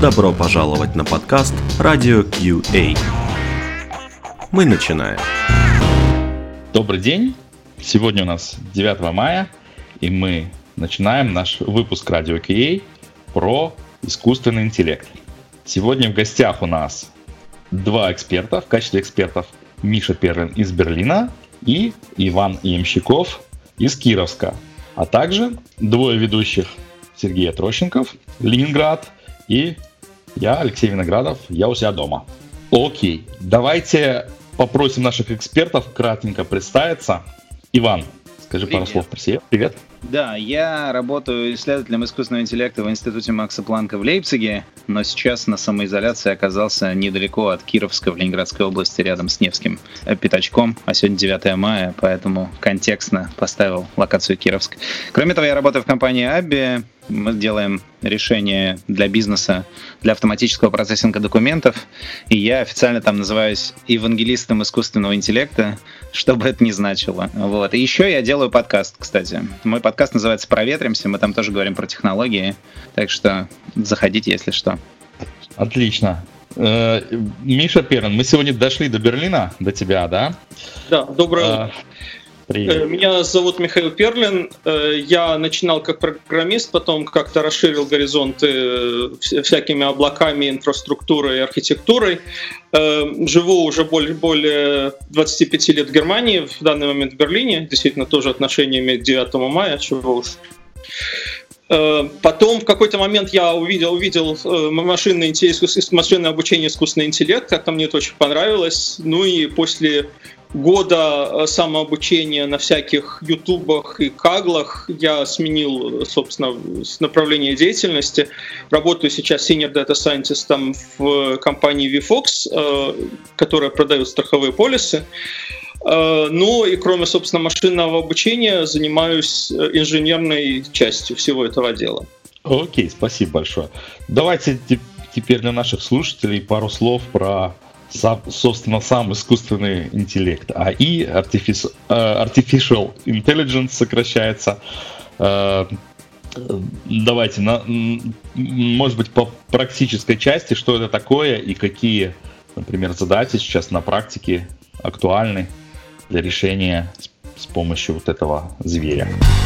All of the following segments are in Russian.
Добро пожаловать на подкаст Radio QA. Мы начинаем. Добрый день. Сегодня у нас 9 мая, и мы начинаем наш выпуск Radio QA про искусственный интеллект. Сегодня в гостях у нас два эксперта. В качестве экспертов Миша Перлин из Берлина и Иван Ямщиков из Кировска. А также двое ведущих: Сергей Трощенков, Ленинград, и я, Алексей Виноградов, я у себя дома. Окей, давайте попросим наших экспертов кратенько представиться. Иван, скажи пару слов про себя. Привет. Да, я работаю исследователем искусственного интеллекта в Институте Макса Планка в Лейпциге, но сейчас на самоизоляции оказался недалеко от Кировска в Ленинградской области, рядом с Невским пятачком, а сегодня 9 мая, поэтому контекстно поставил локацию Кировск. Кроме того, я работаю в компании Abby. Мы делаем решения для бизнеса, для автоматического процессинга документов, и я официально там называюсь евангелистом искусственного интеллекта, что бы это ни значило. Вот. И еще я делаю подкаст, кстати. Мой подкаст называется «Проветримся», мы там тоже говорим про технологии, так что заходите, если что. Отлично. Миша Перлин, мы сегодня дошли до Берлина, до тебя, да? Да, доброе утро. Привет. Меня зовут Михаил Перлин. Я начинал как программист, потом как-то расширил горизонты всякими облаками, инфраструктурой и архитектурой. Живу уже более 25 лет в Германии, в данный момент в Берлине. Действительно, тоже отношение имеет к 9 мая, чего уж. Потом в какой-то момент я увидел машинное обучение, искусственный интеллект, как-то мне это очень понравилось. Ну и после года самообучения на всяких ютубах и каглах я сменил, собственно, направление деятельности. Работаю сейчас senior data scientist в компании VFox, которая продает страховые полисы. Ну и кроме, собственно, машинного обучения занимаюсь инженерной частью всего этого дела. Окей, спасибо большое. Давайте теперь для наших слушателей пару слов про, собственно, сам искусственный интеллект. АИ, Artificial Intelligence сокращается. Давайте, может быть, по практической части, что это такое и какие, например, задачи сейчас на практике актуальны для решения с помощью вот этого зверя.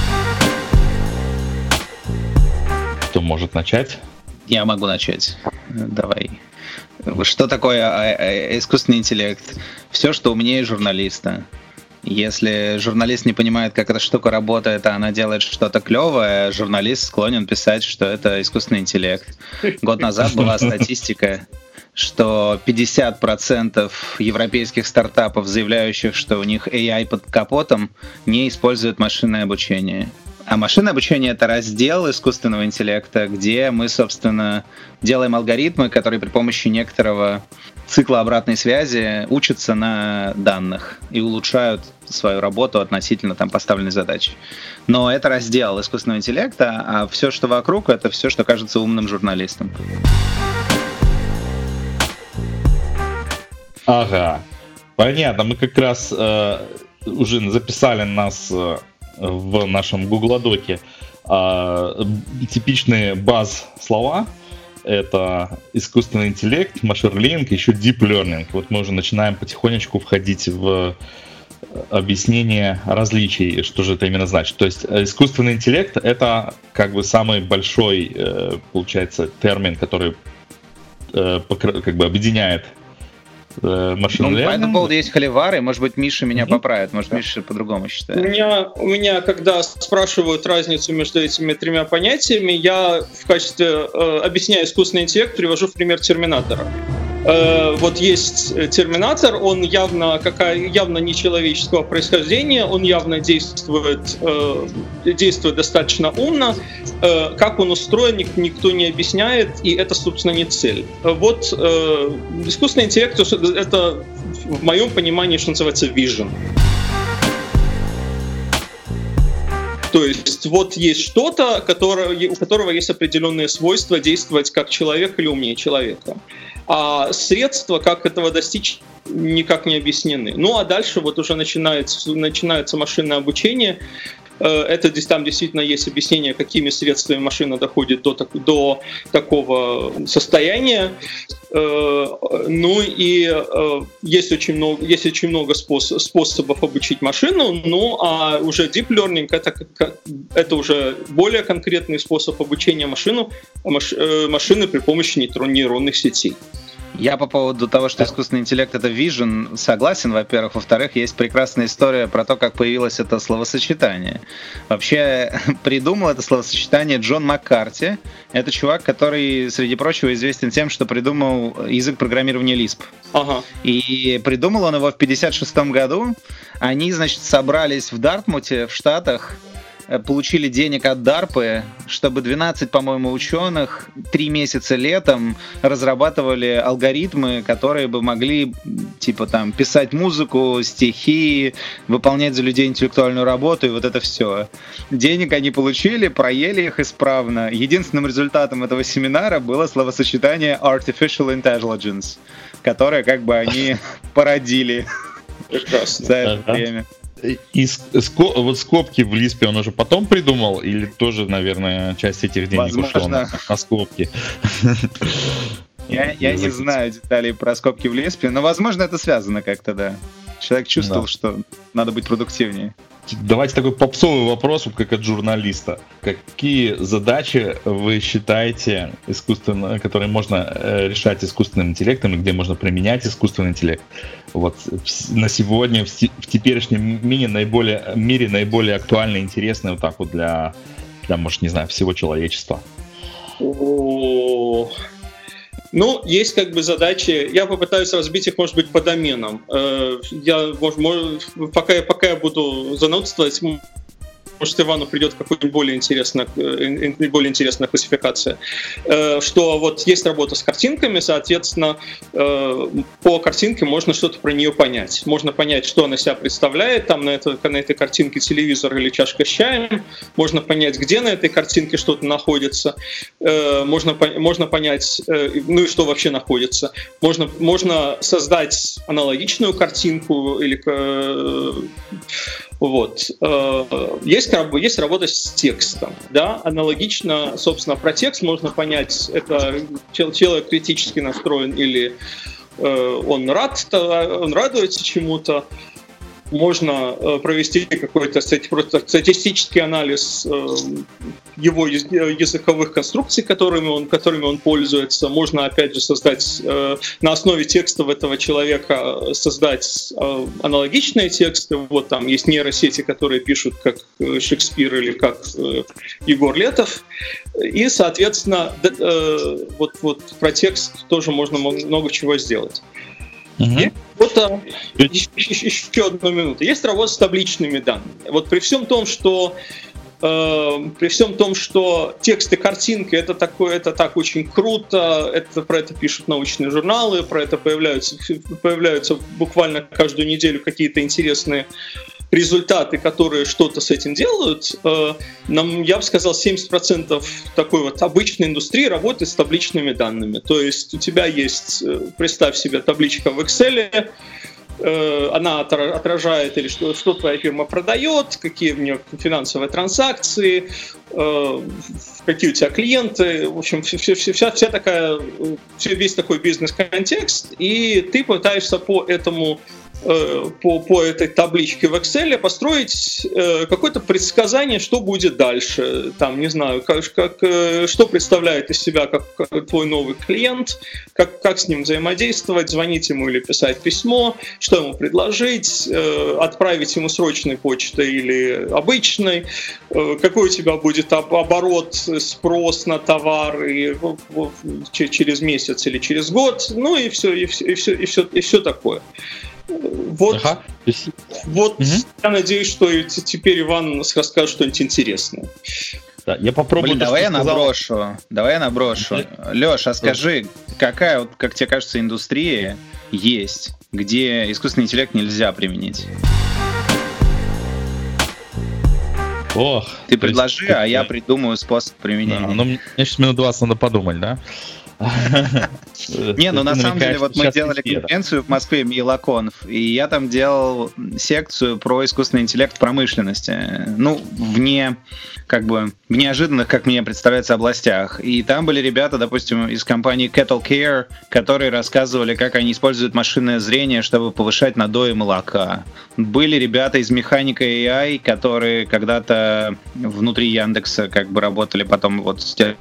Кто может начать? Я могу начать. Давай. Что такое искусственный интеллект? Все, что умнее журналиста. Если журналист не понимает, как эта штука работает, а она делает что-то клевое, журналист склонен писать, что это искусственный интеллект. Год назад была статистика, что 50% европейских стартапов, заявляющих, что у них AI под капотом, не используют машинное обучение. А машинное обучение — это раздел искусственного интеллекта, где мы, собственно, делаем алгоритмы, которые при помощи некоторого цикла обратной связи учатся на данных и улучшают свою работу относительно поставленной задачи. Но это раздел искусственного интеллекта, а все, что вокруг, это все, что кажется умным журналистам. Ага, понятно. Мы как раз уже записали нас в нашем Гугладоке типичные баз-слова. Это искусственный интеллект, машин learning, еще deep learning. Вот мы уже начинаем потихонечку входить в объяснение различий, что же это именно значит. То есть искусственный интеллект — это как бы самый большой, получается, термин, который как бы объединяет машин learning. По этому поводу есть холивары, может быть, Миша меня поправит, может, Миша по-другому считает. У меня, когда спрашивают разницу между этими тремя понятиями, я в качестве объясняя искусственный интеллект привожу в пример Терминатора. Вот есть Терминатор, он явно нечеловеческого происхождения, он явно действует достаточно умно. Как он устроен, никто не объясняет, и это, собственно, не цель. Вот искусственный интеллект — это, в моем понимании, что называется, vision. То есть вот есть что-то, у которого есть определенные свойства действовать как человек или умнее человека. А средства, как этого достичь, никак не объяснены. Ну а дальше вот уже начинается машинное обучение. Там действительно есть объяснение, какими средствами машина доходит до такого состояния. Ну и есть очень много способов обучить машину, ну а уже Deep Learning это уже более конкретный способ обучения машины при помощи нейронных сетей. Я по поводу того, что искусственный интеллект — это vision, согласен, во-первых. Во-вторых, есть прекрасная история про то, как появилось это словосочетание. Вообще, придумал это словосочетание Джон Маккарти. Это чувак, который, среди прочего, известен тем, что придумал язык программирования Lisp. Ага. И придумал он его в 1956 году. Они, значит, собрались в Дартмуте, в Штатах, получили денег от DARPA, чтобы 12, по-моему, ученых 3 месяца летом разрабатывали алгоритмы, которые бы могли, типа, там, писать музыку, стихи, выполнять за людей интеллектуальную работу и вот это все. Денег они получили, проели их исправно. Единственным результатом этого семинара было словосочетание Artificial Intelligence, которое, как бы, они породили за это время. И вот скобки в Лиспе он уже потом придумал, или тоже, наверное, часть этих денег ушла на скобки? Я не знаю деталей про скобки в Лиспе, но, возможно, это связано как-то, да. Человек чувствовал, что надо быть продуктивнее. Давайте такой попсовый вопрос, как от журналиста. Какие задачи вы считаете, которые можно решать искусственным интеллектом, и где можно применять искусственный интеллект? Вот на сегодня, в теперешнем мире наиболее актуально и интересно вот так вот для, может, не знаю, всего человечества? Ну, есть как бы задачи, я попытаюсь разбить их, может быть, по доменам. Пока я буду занудствовать, может, Ивану придет какая-нибудь более интересная классификация. Что вот есть работа с картинками, соответственно, по картинке можно что-то про нее понять. Можно понять, что она себя представляет, там на этой картинке телевизор или чашка с чаем. Можно понять, где на этой картинке что-то находится. Можно понять, ну и что вообще находится. Можно создать аналогичную картинку или вот. Есть работа с текстом, да, аналогично, собственно, про текст можно понять, это человек критически настроен или он радуется чему-то. Можно провести какой-то статистический анализ его языковых конструкций, которыми он пользуется. Можно, опять же, создать на основе текстов этого человека создать аналогичные тексты. Вот там есть нейросети, которые пишут как Шекспир или как Егор Летов. И, соответственно, вот про текст тоже можно много чего сделать. И вот еще одну минуту. Есть работа с табличными данными. Вот при всем том, что текст и картинки это так очень круто, про это пишут научные журналы, про это появляются буквально каждую неделю какие-то интересные результаты, которые что-то с этим делают, я бы сказал, 70% такой вот обычной индустрии работает с табличными данными. То есть у тебя есть, представь себе, табличка в Excel, она отражает, или что твоя фирма продает, какие в нее финансовые транзакции, какие у тебя клиенты, в общем, весь такой бизнес-контекст, и ты пытаешься по этой табличке в Excel построить какое-то предсказание, что будет дальше. Там, не знаю, что представляет из себя как твой новый клиент, как с ним взаимодействовать, звонить ему или писать письмо, что ему предложить, отправить ему срочной почтой или обычной, какой у тебя будет оборот, спрос на товар через месяц или через год, ну и все такое. Вот, Я надеюсь, что теперь Иван расскажет что-нибудь интересное. Да, я попробую. Давай я наброшу. Лёш, а скажи, какая, вот, как тебе кажется, индустрия есть, где искусственный интеллект нельзя применить? Ты предложи, а я придумаю способ применения. Да, но мне сейчас минут 20 надо подумать, да? Не, ну на самом деле, вот мы делали конференцию в Москве, Милоконф, и я там делал секцию про искусственный интеллект в промышленности. Ну, в неожиданных, как мне представляется, областях. И там были ребята, допустим, из компании Cattle Care, которые рассказывали, как они используют машинное зрение, чтобы повышать надои молока. Были ребята из механика AI, которые когда-то внутри Яндекса как бы работали, потом вот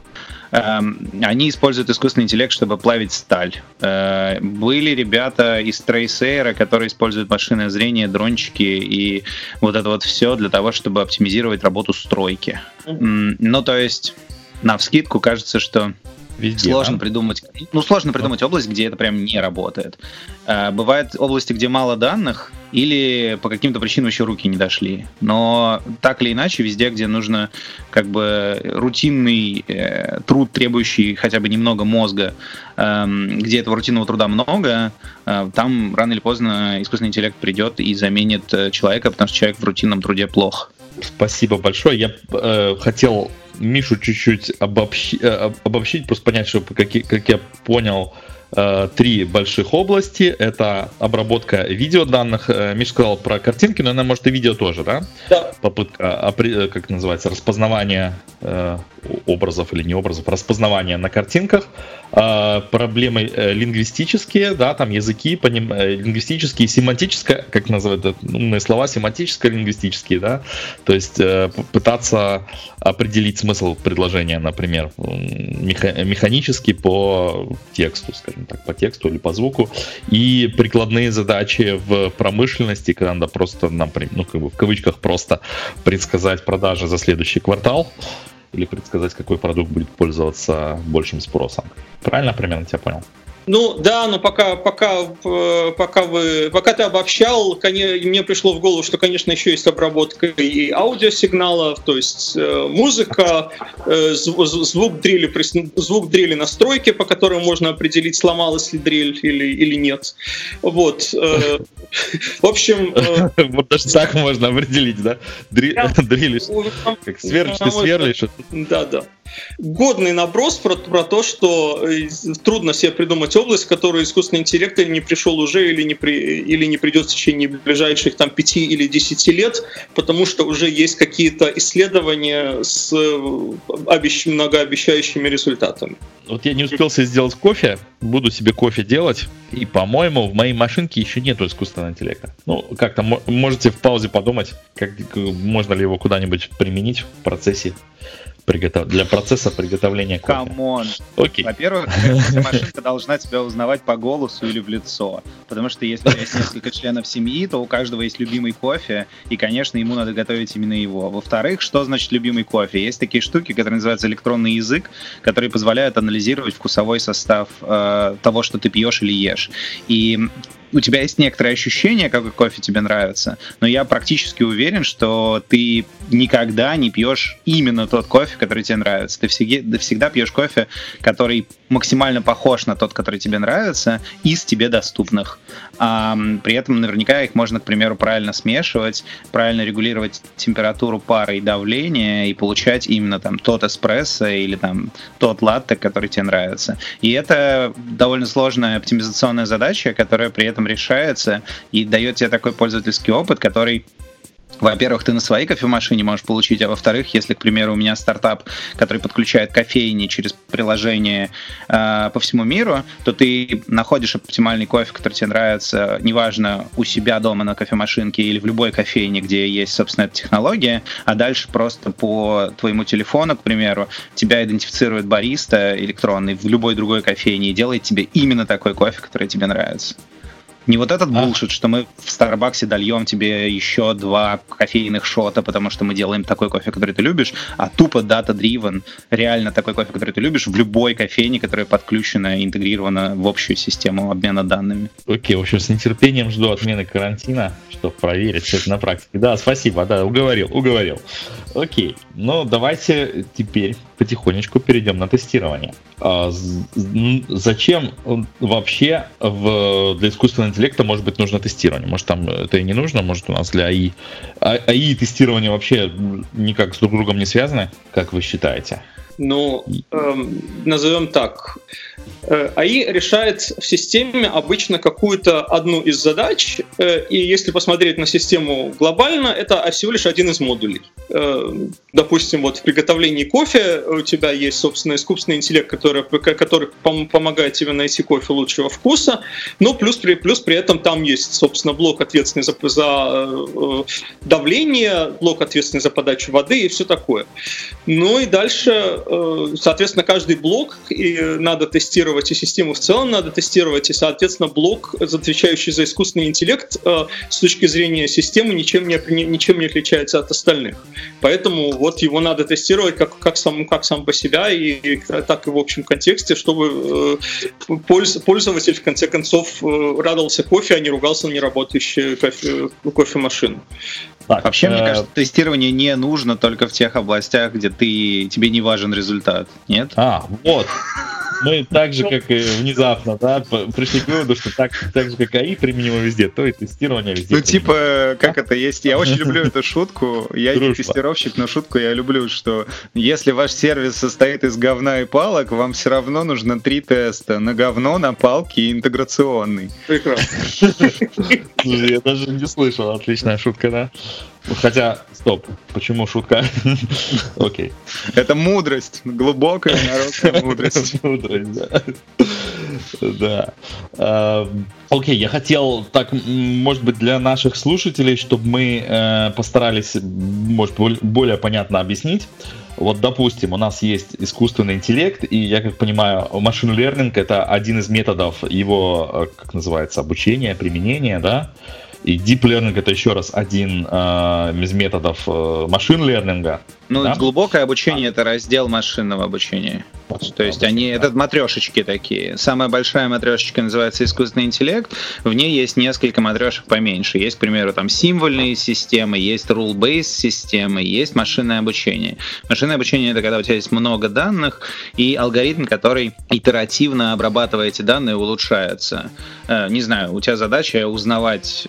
они используют искусственный интеллект, чтобы плавить сталь. Были ребята из TraceAir, которые используют машинное зрение, дрончики и вот это вот все для того, чтобы оптимизировать работу стройки. Ну, то есть, навскидку кажется, что везде, сложно придумать область, где это прям не работает. Бывают области, где мало данных, или по каким-то причинам еще руки не дошли. Но так или иначе, везде, где нужно как бы рутинный труд, требующий хотя бы немного мозга, где этого рутинного труда много, там рано или поздно искусственный интеллект придет и заменит человека, потому что человек в рутинном труде плох. Спасибо большое. Я хотел Мишу чуть-чуть обобщить, просто понять, что, как я понял, 3 больших области. Это обработка видеоданных. Миша сказал про картинки, но она может и видео тоже, да? Да. Попытка, как называется, распознавания образов или не образов, распознавания на картинках. Проблемы лингвистические, да, там языки, лингвистические, семантическое, как называют умные слова, семантическо-лингвистические, да, то есть пытаться определить смысл предложения, например, механически по тексту, скажем так, по тексту или по звуку, и прикладные задачи в промышленности, когда надо просто, например, ну, как бы в кавычках просто предсказать продажи за следующий квартал, или предсказать, какой продукт будет пользоваться большим спросом. Правильно примерно тебя понял? Ну да, но пока ты обобщал, мне пришло в голову, что, конечно, еще есть обработка и аудиосигналов, то есть музыка, звук дрели на стройке, по которым можно определить, сломалась ли дрель или нет. Вот. В общем... Вот даже так можно определить, да? Дрели, как сверлишь. Да. Годный наброс про то, что трудно себе придумать область, в которую искусственный интеллект или не пришел уже, или не придет в течение ближайших 5 или 10 лет, потому что уже есть какие-то исследования с многообещающими результатами. Вот я не успел себе сделать кофе, буду себе кофе делать, и, по-моему, в моей машинке еще нету искусственного интеллекта. Ну, как-то можете в паузе подумать, как можно ли его куда-нибудь применить в процессе для процесса приготовления кофе. Камон. Окей. Во-первых, эта машинка должна тебя узнавать по голосу или в лицо. Потому что если у тебя есть несколько членов семьи, то у каждого есть любимый кофе, и, конечно, ему надо готовить именно его. Во-вторых, что значит любимый кофе? Есть такие штуки, которые называются электронный язык, которые позволяют анализировать вкусовой состав того, что ты пьешь или ешь. И у тебя есть некоторые ощущения, какой кофе тебе нравится, но я практически уверен, что ты никогда не пьешь именно тот кофе, который тебе нравится. Ты всегда пьешь кофе, который максимально похож на тот, который тебе нравится, из тебе доступных. При этом наверняка их можно, к примеру, правильно смешивать, правильно регулировать температуру пары и давление, и получать именно тот эспрессо или тот латте, который тебе нравится. И это довольно сложная оптимизационная задача, которая при этом решается и дает тебе такой пользовательский опыт, который, во-первых, ты на своей кофемашине можешь получить, а во-вторых, если, к примеру, у меня стартап, который подключает кофейни через приложение по всему миру, то ты находишь оптимальный кофе, который тебе нравится, неважно, у себя дома на кофемашинке или в любой кофейне, где есть, собственно, эта технология, а дальше просто по твоему телефону, к примеру, тебя идентифицирует бариста электронный в любой другой кофейне и делает тебе именно такой кофе, который тебе нравится. Не вот этот булшит, что мы в Старбаксе дольем тебе еще 2 кофейных шота, потому что мы делаем такой кофе, который ты любишь, а тупо data-driven, реально такой кофе, который ты любишь, в любой кофейне, которая подключена и интегрирована в общую систему обмена данными. Окей, в общем, с нетерпением жду отмены карантина, чтобы проверить все это на практике. Да, спасибо, да, уговорил. Окей, ну давайте теперь потихонечку перейдем на тестирование. Зачем вообще для искусственного интеллекта, может быть, нужно тестирование? Может, там это и не нужно, может, у нас для АИ. АИ и тестирование вообще никак с друг другом не связаны, как вы считаете? Ну, назовем так. АИ решает в системе обычно какую-то одну из задач, и если посмотреть на систему глобально, это всего лишь один из модулей. Допустим, вот в приготовлении кофе у тебя есть, собственно, искусственный интеллект, который помогает тебе найти кофе лучшего вкуса, но плюс при этом там есть, собственно, блок, ответственный за давление, блок, ответственный за подачу воды и все такое. Ну и дальше, соответственно, каждый блок и надо тестировать, и систему в целом надо тестировать, и, соответственно, блок, отвечающий за искусственный интеллект, с точки зрения системы ничем не отличается от остальных. Поэтому вот его надо тестировать как сам по себе, и так и в общем контексте, чтобы пользователь, в конце концов, радовался кофе, а не ругался на неработающую кофемашину. Вообще, мне кажется, тестирование не нужно только в тех областях, где тебе не важен результат, нет? Вот. Мы так же, как и внезапно, пришли к выводу, что так же, как АИ применимо везде, то и тестирование везде. Ну, типа, как это есть? Я очень люблю эту шутку. Я не тестировщик, но шутку я люблю, что если ваш сервис состоит из говна и палок, вам все равно нужно 3 теста. На говно, на палки и интеграционный. Прекрасно. Я даже не слышал. Отличная шутка, да? Хотя, стоп, почему шутка? Окей. Это мудрость, глубокая народная мудрость. Да. Окей, я хотел, так, может быть, для наших слушателей, чтобы мы постарались, может, более понятно объяснить. Вот, допустим, у нас есть искусственный интеллект, и я как понимаю, машин learning — это один из методов его, как называется, обучения, применения, да? И deep learning — это еще раз один из методов машин-лернинга. Ну, да? Глубокое обучение — это раздел машинного обучения. То есть это матрешечки такие. Самая большая матрешечка называется искусственный интеллект. В ней есть несколько матрешек поменьше. Есть, к примеру, там символьные системы, есть rule-based системы, есть машинное обучение. Машинное обучение — это когда у тебя есть много данных, и алгоритм, который итеративно обрабатывая эти данные, улучшается. Не знаю, у тебя задача узнавать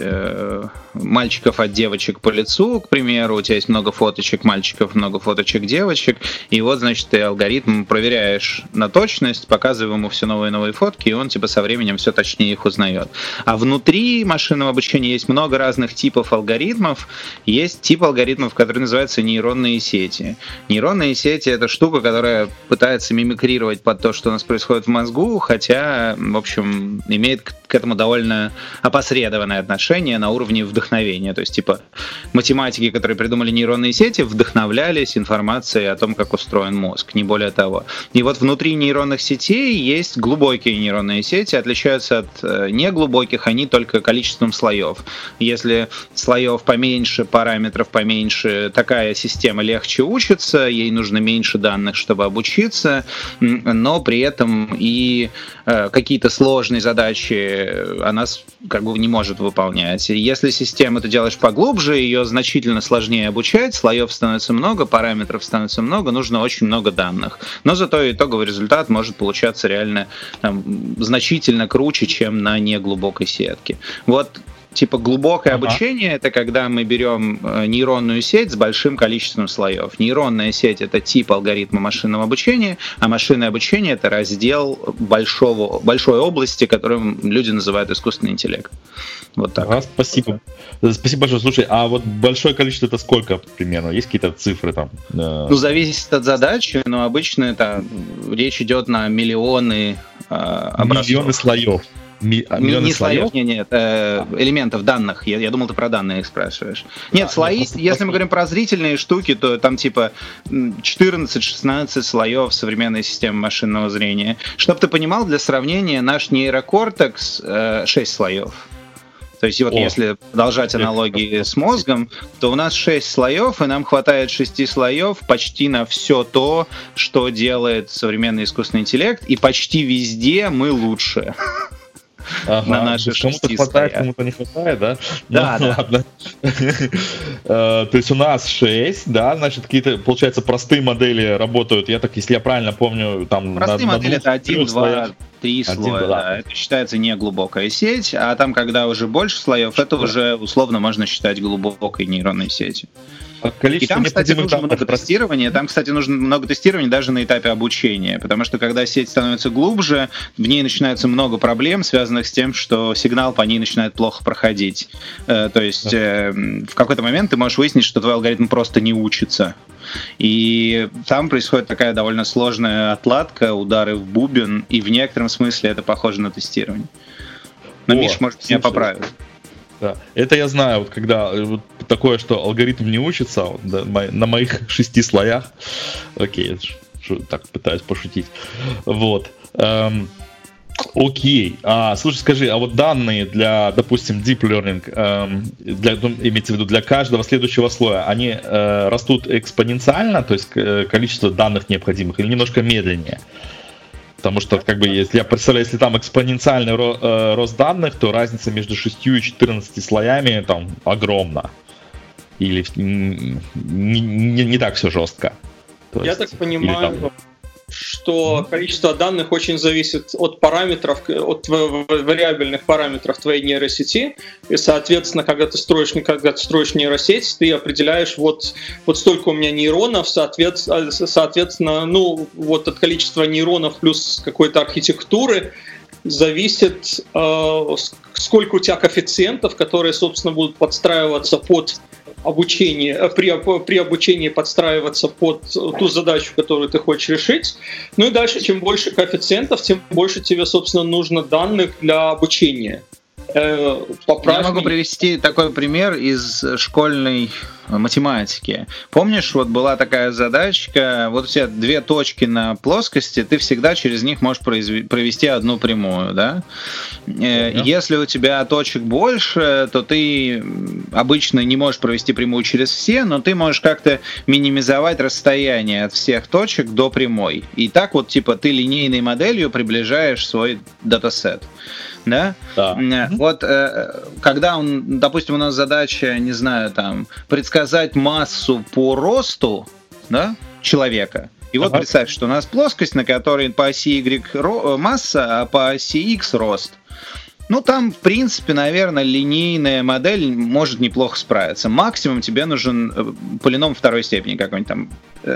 мальчиков от девочек по лицу, к примеру, у тебя есть много фоточек мальчиков, много фоточек девочек, и вот, значит, ты алгоритм проверяешь на точность, показывая ему все новые и новые фотки, и он типа со временем все точнее их узнает. А внутри машинного обучения есть много разных типов алгоритмов. Есть тип алгоритмов, который называется нейронные сети. Нейронные сети — это штука, которая пытается мимикрировать под то, что у нас происходит в мозгу, хотя, в общем, имеет к этому довольно опосредованное отношение на уровне вдохновения. То есть, типа, математики, которые придумали нейронные сети, вдохновлялись информацией о том, как устроен мозг, не более того. И вот внутри нейронных сетей есть глубокие нейронные сети, отличаются от неглубоких, они только количеством слоев. Если слоев поменьше, параметров поменьше, такая система легче учится, ей нужно меньше данных, чтобы обучиться, но при этом и какие-то сложные задачи она как бы не может выполнять. И если систему ты делаешь поглубже, ее значительно сложнее обучать, слоев становится много, параметров становится много, нужно очень много данных. Но зато итоговый результат может получаться реально значительно круче, чем на неглубокой сетке. Вот. Типа глубокое обучение — это когда мы берем нейронную сеть с большим количеством слоев. Нейронная сеть — это тип алгоритма машинного обучения, а машинное обучение — это раздел большой области, которую люди называют искусственный интеллект. Вот так. Спасибо. Спасибо большое. Слушай, а вот большое количество — это сколько примерно? Есть какие-то цифры там? Ну, зависит от задачи, но обычно это речь идет на миллионы образцов. Миллионы слоев. Не слоев, нет, элементов данных. Я думал, ты про данные спрашиваешь. Нет, слои, если мы говорим про зрительные штуки, то там типа 14-16 слоев современной системы машинного зрения. Чтобы ты понимал, для сравнения, наш нейрокортекс 6 слоев. То есть вот если продолжать аналогии с мозгом, то у нас 6 слоев, и нам хватает 6 слоев почти на все то, что делает современный искусственный интеллект, и почти везде мы лучше. На наши 6 кому-то хватает, кому-то не хватает, да? Да, ну, ладно. То есть у нас 6, да, значит, какие-то, получается, простые модели работают, если я правильно помню, там... Простые модели — это 1, 2, 3 слоя, да. Это считается не глубокая сеть, а там, когда уже больше слоев, это уже условно можно считать глубокой нейронной сетью. И там, кстати, нужно много тестирования. Там, кстати, нужно много тестирования даже на этапе обучения, потому что когда сеть становится глубже, в ней начинается много проблем, связанных с тем, что сигнал по ней начинает плохо проходить. То есть в какой-то момент ты можешь выяснить, что твой алгоритм просто не учится. И там происходит такая довольно сложная отладка, удары в бубен, и в некотором смысле это похоже на тестирование. Но Миш, может, меня поправит. Да. Это я знаю, вот когда вот такое, что алгоритм не учится да, на моих 6 слоях. Окей, так пытаюсь пошутить. Вот. Окей. Слушай, скажи, а вот данные для, допустим, deep learning, имеется в виду для каждого следующего слоя, они растут экспоненциально, то есть количество данных необходимых, или немножко медленнее? Потому что, как бы, если я представляю, если там экспоненциальный рост данных, то разница между 6 и 14 слоями там огромна. Или не так все жестко. Я так понимаю, что количество данных очень зависит от параметров, от вариабельных параметров твоей нейросети. И, соответственно, когда ты строишь нейросеть, ты определяешь, вот столько у меня нейронов, соответственно, ну, вот от количества нейронов плюс какой-то архитектуры зависит, сколько у тебя коэффициентов, которые, собственно, будут подстраиваться под обучение, при обучении подстраиваться под ту задачу, которую ты хочешь решить. Ну и дальше, чем больше коэффициентов, тем больше тебе, собственно, нужно данных для обучения. Я могу привести такой пример из школьной математики. Помнишь, вот была такая задачка, вот у тебя 2 точки на плоскости, ты всегда через них можешь провести одну прямую, да? Если у тебя точек больше, то ты обычно не можешь провести прямую через все, но ты можешь как-то минимизовать расстояние от всех точек до прямой. И так вот, типа, ты линейной моделью приближаешь свой датасет. Да? Да. Вот когда допустим, у нас задача, не знаю, там, предсказать массу по росту, да, человека. И вот представь, что у нас плоскость, на которой по оси Y масса, а по оси X рост. Ну, там, в принципе, наверное, линейная модель может неплохо справиться. Максимум тебе нужен полином второй степени какой-нибудь там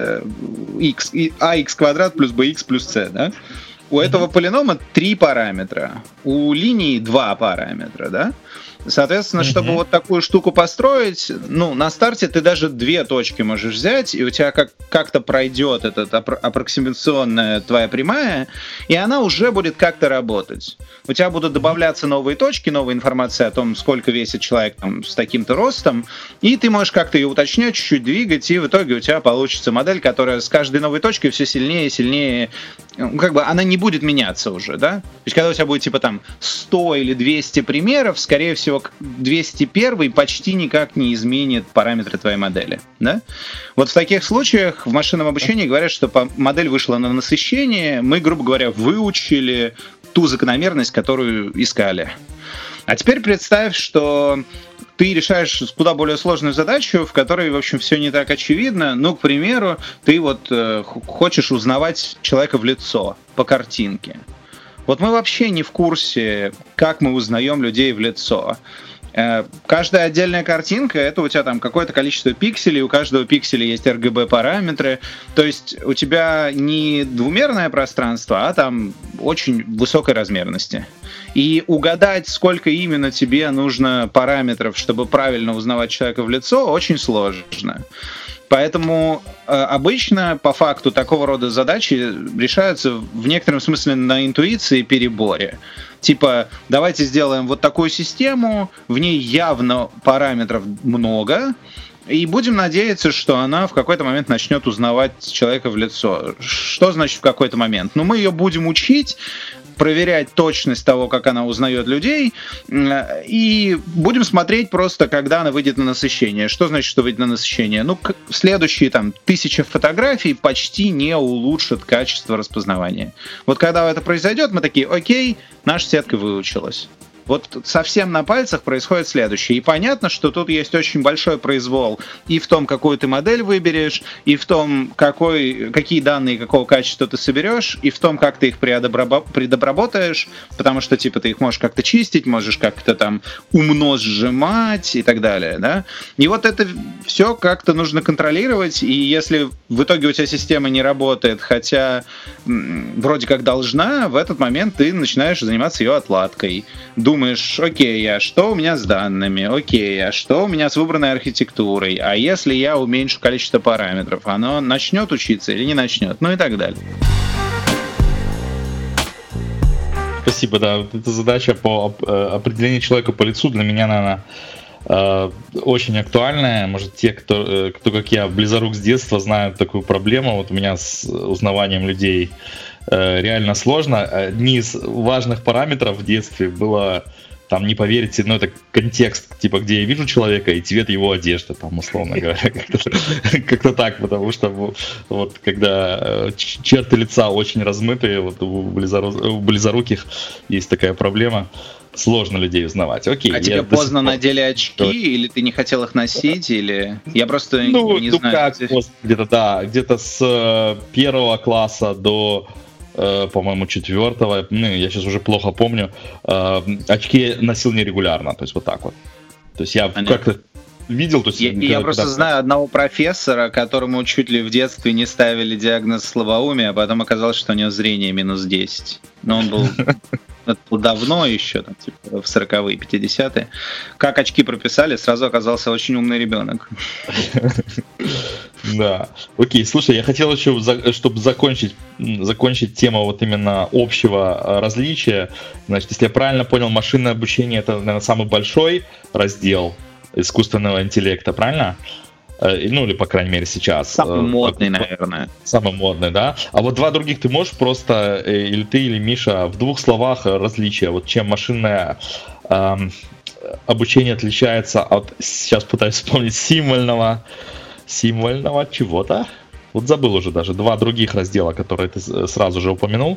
ax квадрат плюс bx плюс c, да? У этого полинома 3 параметра, у линии 2 параметра, да? Соответственно, чтобы вот такую штуку построить, ну, на старте ты даже 2 точки можешь взять, и у тебя как-то пройдет эта аппроксимационная твоя прямая, и она уже будет как-то работать. У тебя будут добавляться новые точки, новая информация о том, сколько весит человек там, с таким-то ростом, и ты можешь как-то ее уточнять, чуть-чуть двигать, и в итоге у тебя получится модель, которая с каждой новой точкой все сильнее и сильнее, как бы она не будет меняться уже, да? То есть когда у тебя будет типа там 100 или 200 примеров, скорее всего, 201 почти никак не изменит параметры твоей модели. Да? Вот в таких случаях в машинном обучении говорят, что модель вышла на насыщение, мы, грубо говоря, выучили ту закономерность, которую искали. А теперь представь, что ты решаешь куда более сложную задачу, в которой, в общем, все не так очевидно. Ну, к примеру, ты вот хочешь узнавать человека в лицо по картинке. Вот мы вообще не в курсе, как мы узнаем людей в лицо. Каждая отдельная картинка — это у тебя там какое-то количество пикселей, у каждого пикселя есть RGB-параметры, то есть у тебя не двумерное пространство, а там очень высокой размерности. И угадать, сколько именно тебе нужно параметров, чтобы правильно узнавать человека в лицо, очень сложно. Поэтому обычно, по факту, такого рода задачи решаются в некотором смысле на интуиции и переборе. Типа, давайте сделаем вот такую систему, в ней явно параметров много, и будем надеяться, что она в какой-то момент начнет узнавать человека в лицо. Что значит в какой-то момент? Ну, мы ее будем учить, проверять точность того, как она узнает людей, и будем смотреть просто, когда она выйдет на насыщение. Что значит, что выйдет на насыщение? Ну, следующие там 1000 фотографий почти не улучшат качество распознавания. Вот когда это произойдет, мы такие, окей, наша сетка выучилась. Вот совсем на пальцах происходит следующее. И понятно, что тут есть очень большой произвол и в том, какую ты модель выберешь, и в том, какие данные какого качества ты соберешь, и в том, как ты их предобработаешь, потому что типа ты их можешь как-то чистить, можешь как-то там умно сжимать и так далее. Да? И вот это все как-то нужно контролировать, и если в итоге у тебя система не работает, хотя вроде как должна, в этот момент ты начинаешь заниматься ее отладкой. Думаешь, окей, а что у меня с данными? Окей, а что у меня с выбранной архитектурой? А если я уменьшу количество параметров, оно начнет учиться или не начнет? Ну и так далее. Спасибо, да. Вот эта задача по определению человека по лицу для меня, наверное, очень актуальная. Может, те, кто как я, близорук с детства, знают такую проблему. Вот у меня с узнаванием людей реально сложно. Одни из важных параметров в детстве было, там, не поверите, но это контекст, типа, где я вижу человека и цвет его одежды, там, условно говоря, как-то так, потому что вот когда черты лица очень размытые, вот у близоруких есть такая проблема, сложно людей узнавать. Окей. А тебе поздно надели очки, или ты не хотел их носить, или... Я просто не знаю. Как где-то, да, где-то с 1 класса до... по-моему, 4-го, я сейчас уже плохо помню, очки носил нерегулярно, то есть вот так вот. То есть я как-то видел... То есть, я просто знаю одного профессора, которому чуть ли в детстве не ставили диагноз слабоумия, а потом оказалось, что у него зрение -10. Но он был... Это было давно еще, там, типа, в 40-е, 50-е. Как очки прописали, сразу оказался очень умный ребенок. Да. Окей, слушай, я хотел еще, чтобы закончить тему вот именно общего различия. Значит, если я правильно понял, машинное обучение — это, наверное, самый большой раздел искусственного интеллекта, правильно? Ну, или, по крайней мере, сейчас. Самый модный, наверное. Самый модный, да. А вот два других ты можешь просто, или ты, или Миша, в двух словах различия? Вот чем машинное обучение отличается от, сейчас пытаюсь вспомнить, символьного чего-то? Вот забыл уже даже. Два других раздела, которые ты сразу же упомянул.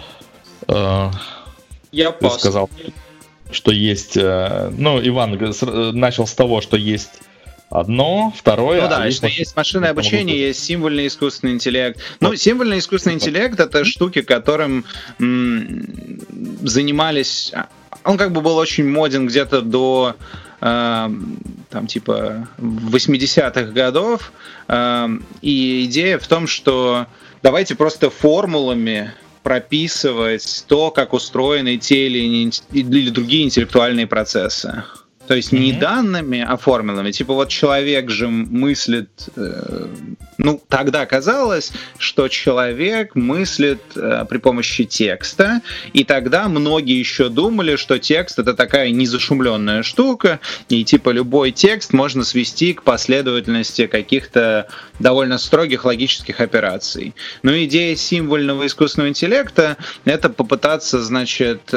Я ты сказал, что есть... Ну, Иван начал с того, что есть... Одно, второе. Ну да, что есть машинное обучение, есть символьный искусственный интеллект. Ну, символьный искусственный интеллект — это штуки, которым занимались... Он как бы был очень моден где-то до там типа 80-х годов. И идея в том, что давайте просто формулами прописывать то, как устроены те или другие интеллектуальные процессы. То есть не данными, а формулами. Типа вот человек же мыслит... Ну, тогда казалось, что человек мыслит при помощи текста, и тогда многие еще думали, что текст — это такая незашумленная штука, и типа любой текст можно свести к последовательности каких-то довольно строгих логических операций. Но идея символьного искусственного интеллекта — это попытаться, значит...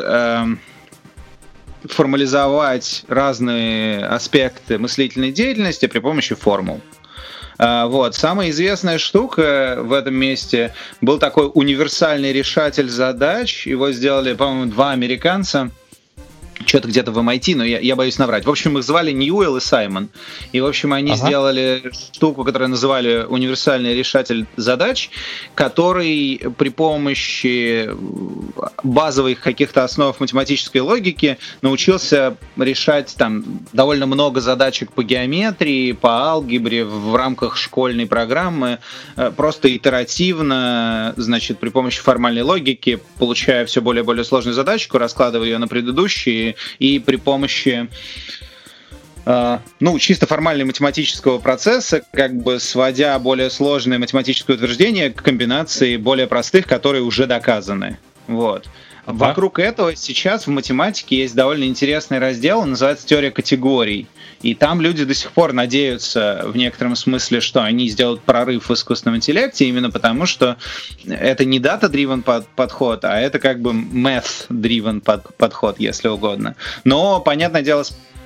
формализовать разные аспекты мыслительной деятельности при помощи формул. Вот. Самая известная штука в этом месте был такой универсальный решатель задач. Его сделали, по-моему, 2 американца. Что-то где-то в MIT, но я боюсь наврать. В общем, их звали Ньюэлл и Саймон. И, в общем, они сделали штуку, которую называли универсальный решатель задач, который при помощи базовых каких-то основ математической логики научился решать там довольно много задачек по геометрии, по алгебре в рамках школьной программы, просто итеративно, значит, при помощи формальной логики, получая все более и более сложную задачку, раскладывая ее на предыдущие, и при помощи чисто формального математического процесса, как бы сводя более сложное математическое утверждение к комбинации более простых, которые уже доказаны. Вот. Вокруг этого сейчас в математике есть довольно интересный раздел, он называется «Теория категорий». И там люди до сих пор надеются в некотором смысле, что они сделают прорыв в искусственном интеллекте, именно потому что это не data-driven подход, а это как бы math-driven подход, если угодно. Но, понятное дело,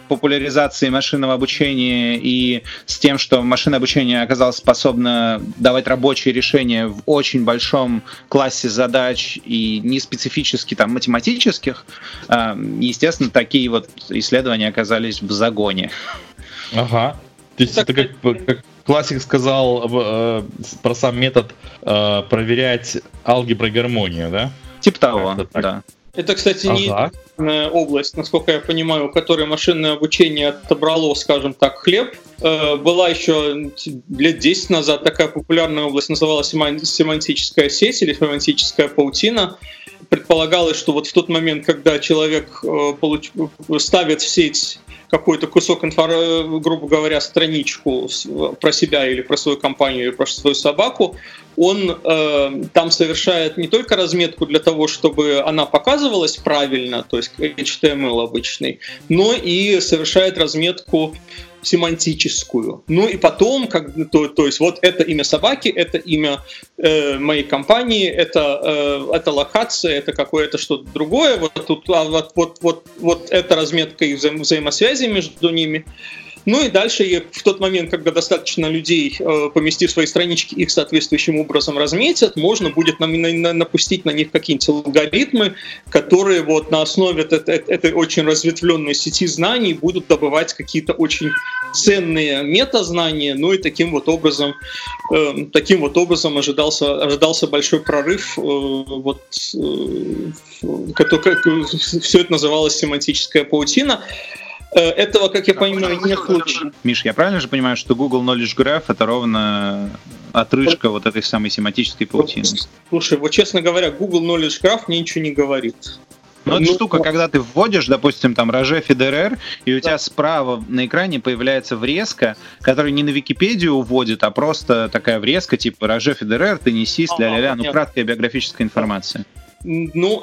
популяризацией машинного обучения и с тем, что машинное обучение оказалось способно давать рабочие решения в очень большом классе задач и не специфически там математических, естественно, такие вот исследования оказались в загоне. Ага. То есть это как классик сказал про сам метод проверять алгебру и гармонию, да? Типа того, да. Это, кстати, не единственная область, насколько я понимаю, у которой машинное обучение отобрало, скажем так, хлеб. Была еще лет 10 назад такая популярная область, называлась семантическая сеть или семантическая паутина. Предполагалось, что вот в тот момент, когда человек ставит в сеть какой-то кусок грубо говоря, страничку про себя или про свою компанию или про свою собаку, он там совершает не только разметку для того, чтобы она показывалась правильно, то есть HTML обычный, но и совершает разметку семантическую. Ну и потом, то есть вот это имя собаки, это имя моей компании, это локация, это какое-то что-то другое, вот эта разметка и взаимосвязи между ними. Ну и дальше, в тот момент, когда достаточно людей, поместив свои странички, их соответствующим образом разметят, можно будет напустить на них какие-нибудь алгоритмы, которые вот на основе этой очень разветвленной сети знаний будут добывать какие-то очень ценные метазнания, ну и таким вот образом ожидался большой прорыв. Все это называлось семантическая паутина. Этого, как я понимаю, не случилось. Миш, я правильно же понимаю, что Google Knowledge Graph — это ровно отрыжка вот этой самой семантической паутины? Слушай, вот честно говоря, Google Knowledge Graph мне ничего не говорит. Ну, это штука, когда ты вводишь, допустим, там Roger Federer, и у тебя справа на экране появляется врезка, которая не на Википедию уводит, а просто такая врезка, типа Roger Federer, теннисист, ля-ля-ля, ну, краткая биографическая информация. Ну,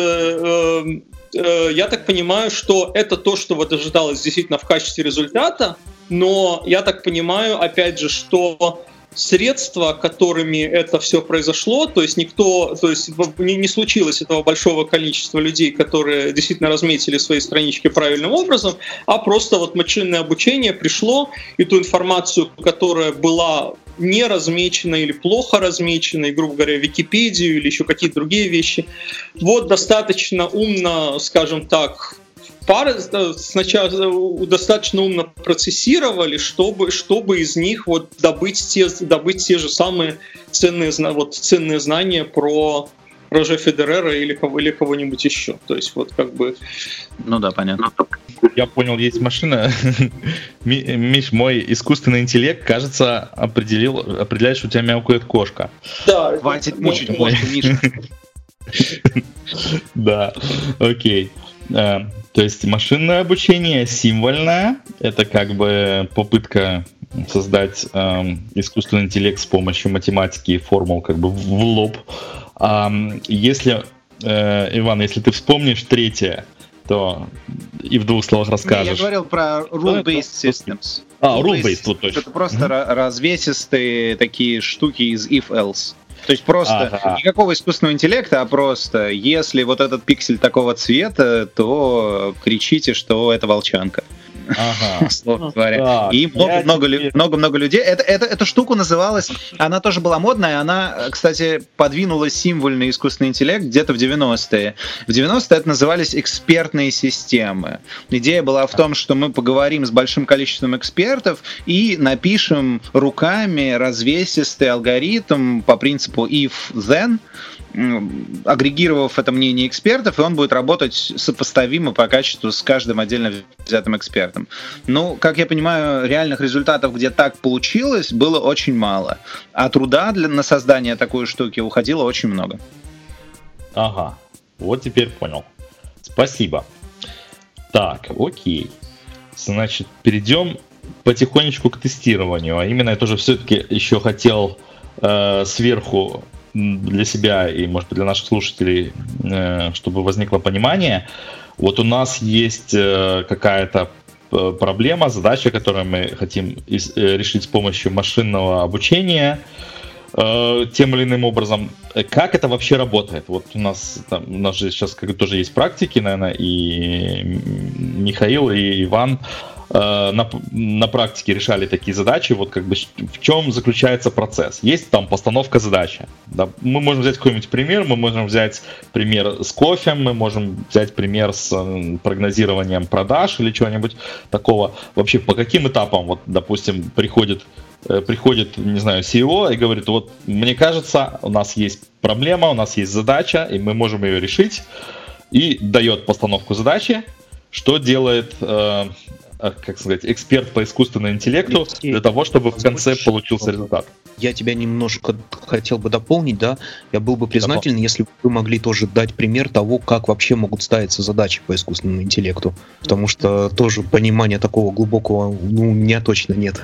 я так понимаю, что это то, что вот ожидалось действительно в качестве результата, но я так понимаю, опять же, что средства, которыми это все произошло, то есть не случилось этого большого количества людей, которые действительно разметили свои странички правильным образом, а просто вот машинное обучение пришло, и ту информацию, которая была не размечена или плохо размечена, и, грубо говоря, Википедию или еще какие-то другие вещи, вот достаточно умно, скажем так, сначала достаточно умно процессировали, чтобы из них вот добыть те же самые ценные знания про Роже Федерера или кого-нибудь еще. То есть вот как бы... Ну да, понятно. Я понял, есть машина. Миш, мой искусственный интеллект, кажется, определяет, что у тебя мяукает кошка. Да. Хватит мучить кошку, Миша. Да, окей. То есть машинное обучение символьное, это как бы попытка создать искусственный интеллект с помощью математики и формул как бы в лоб. Если, Иван, если ты вспомнишь третье, то и в двух словах расскажешь. Я говорил про rule-based systems. Rule-based, вот точно. Это просто развесистые такие штуки из if-else. То есть просто никакого искусственного интеллекта, а просто если вот этот пиксель такого цвета, то кричите, что это волчанка. Словно говоря. И много людей. Эта штука называлась, она тоже была модная, она, кстати, подвинула символьный искусственный интеллект где-то в 90-е. В 90-е это назывались экспертные системы. Идея была в том, что мы поговорим с большим количеством экспертов и напишем руками развесистый алгоритм по принципу if-then, агрегировав это мнение экспертов, и он будет работать сопоставимо по качеству с каждым отдельно взятым экспертом. Ну, как я понимаю, реальных результатов, где так получилось, было очень мало. А труда на создание такой штуки уходило очень много. Ага, вот теперь понял. Спасибо. Так, окей. Значит, перейдем потихонечку к тестированию. А именно, я тоже все-таки еще хотел сверху для себя и, может быть, для наших слушателей, чтобы возникло понимание. Вот у нас есть какая-то проблема, задача, которую мы хотим решить с помощью машинного обучения. тем или иным образом. Как это вообще работает? Вот у нас же сейчас тоже есть практики, наверное, и Михаил, и Иван на практике решали такие задачи. Вот как бы в чем заключается процесс? Есть там постановка задачи. Да? Мы можем взять какой-нибудь пример, мы можем взять пример с кофе, мы можем взять пример с прогнозированием продаж или чего-нибудь такого. Вообще по каким этапам, вот, допустим, приходит, не знаю, CEO и говорит, вот мне кажется, у нас есть проблема, у нас есть задача, и мы можем ее решить, и дает постановку задачи, что делает, как сказать, эксперт по искусственному интеллекту для того, чтобы в конце получился результат. Я тебя немножко хотел бы дополнить, да, я был бы признателен, если бы вы могли тоже дать пример того, как вообще могут ставиться задачи по искусственному интеллекту, потому что тоже понимания такого глубокого, у меня точно нет.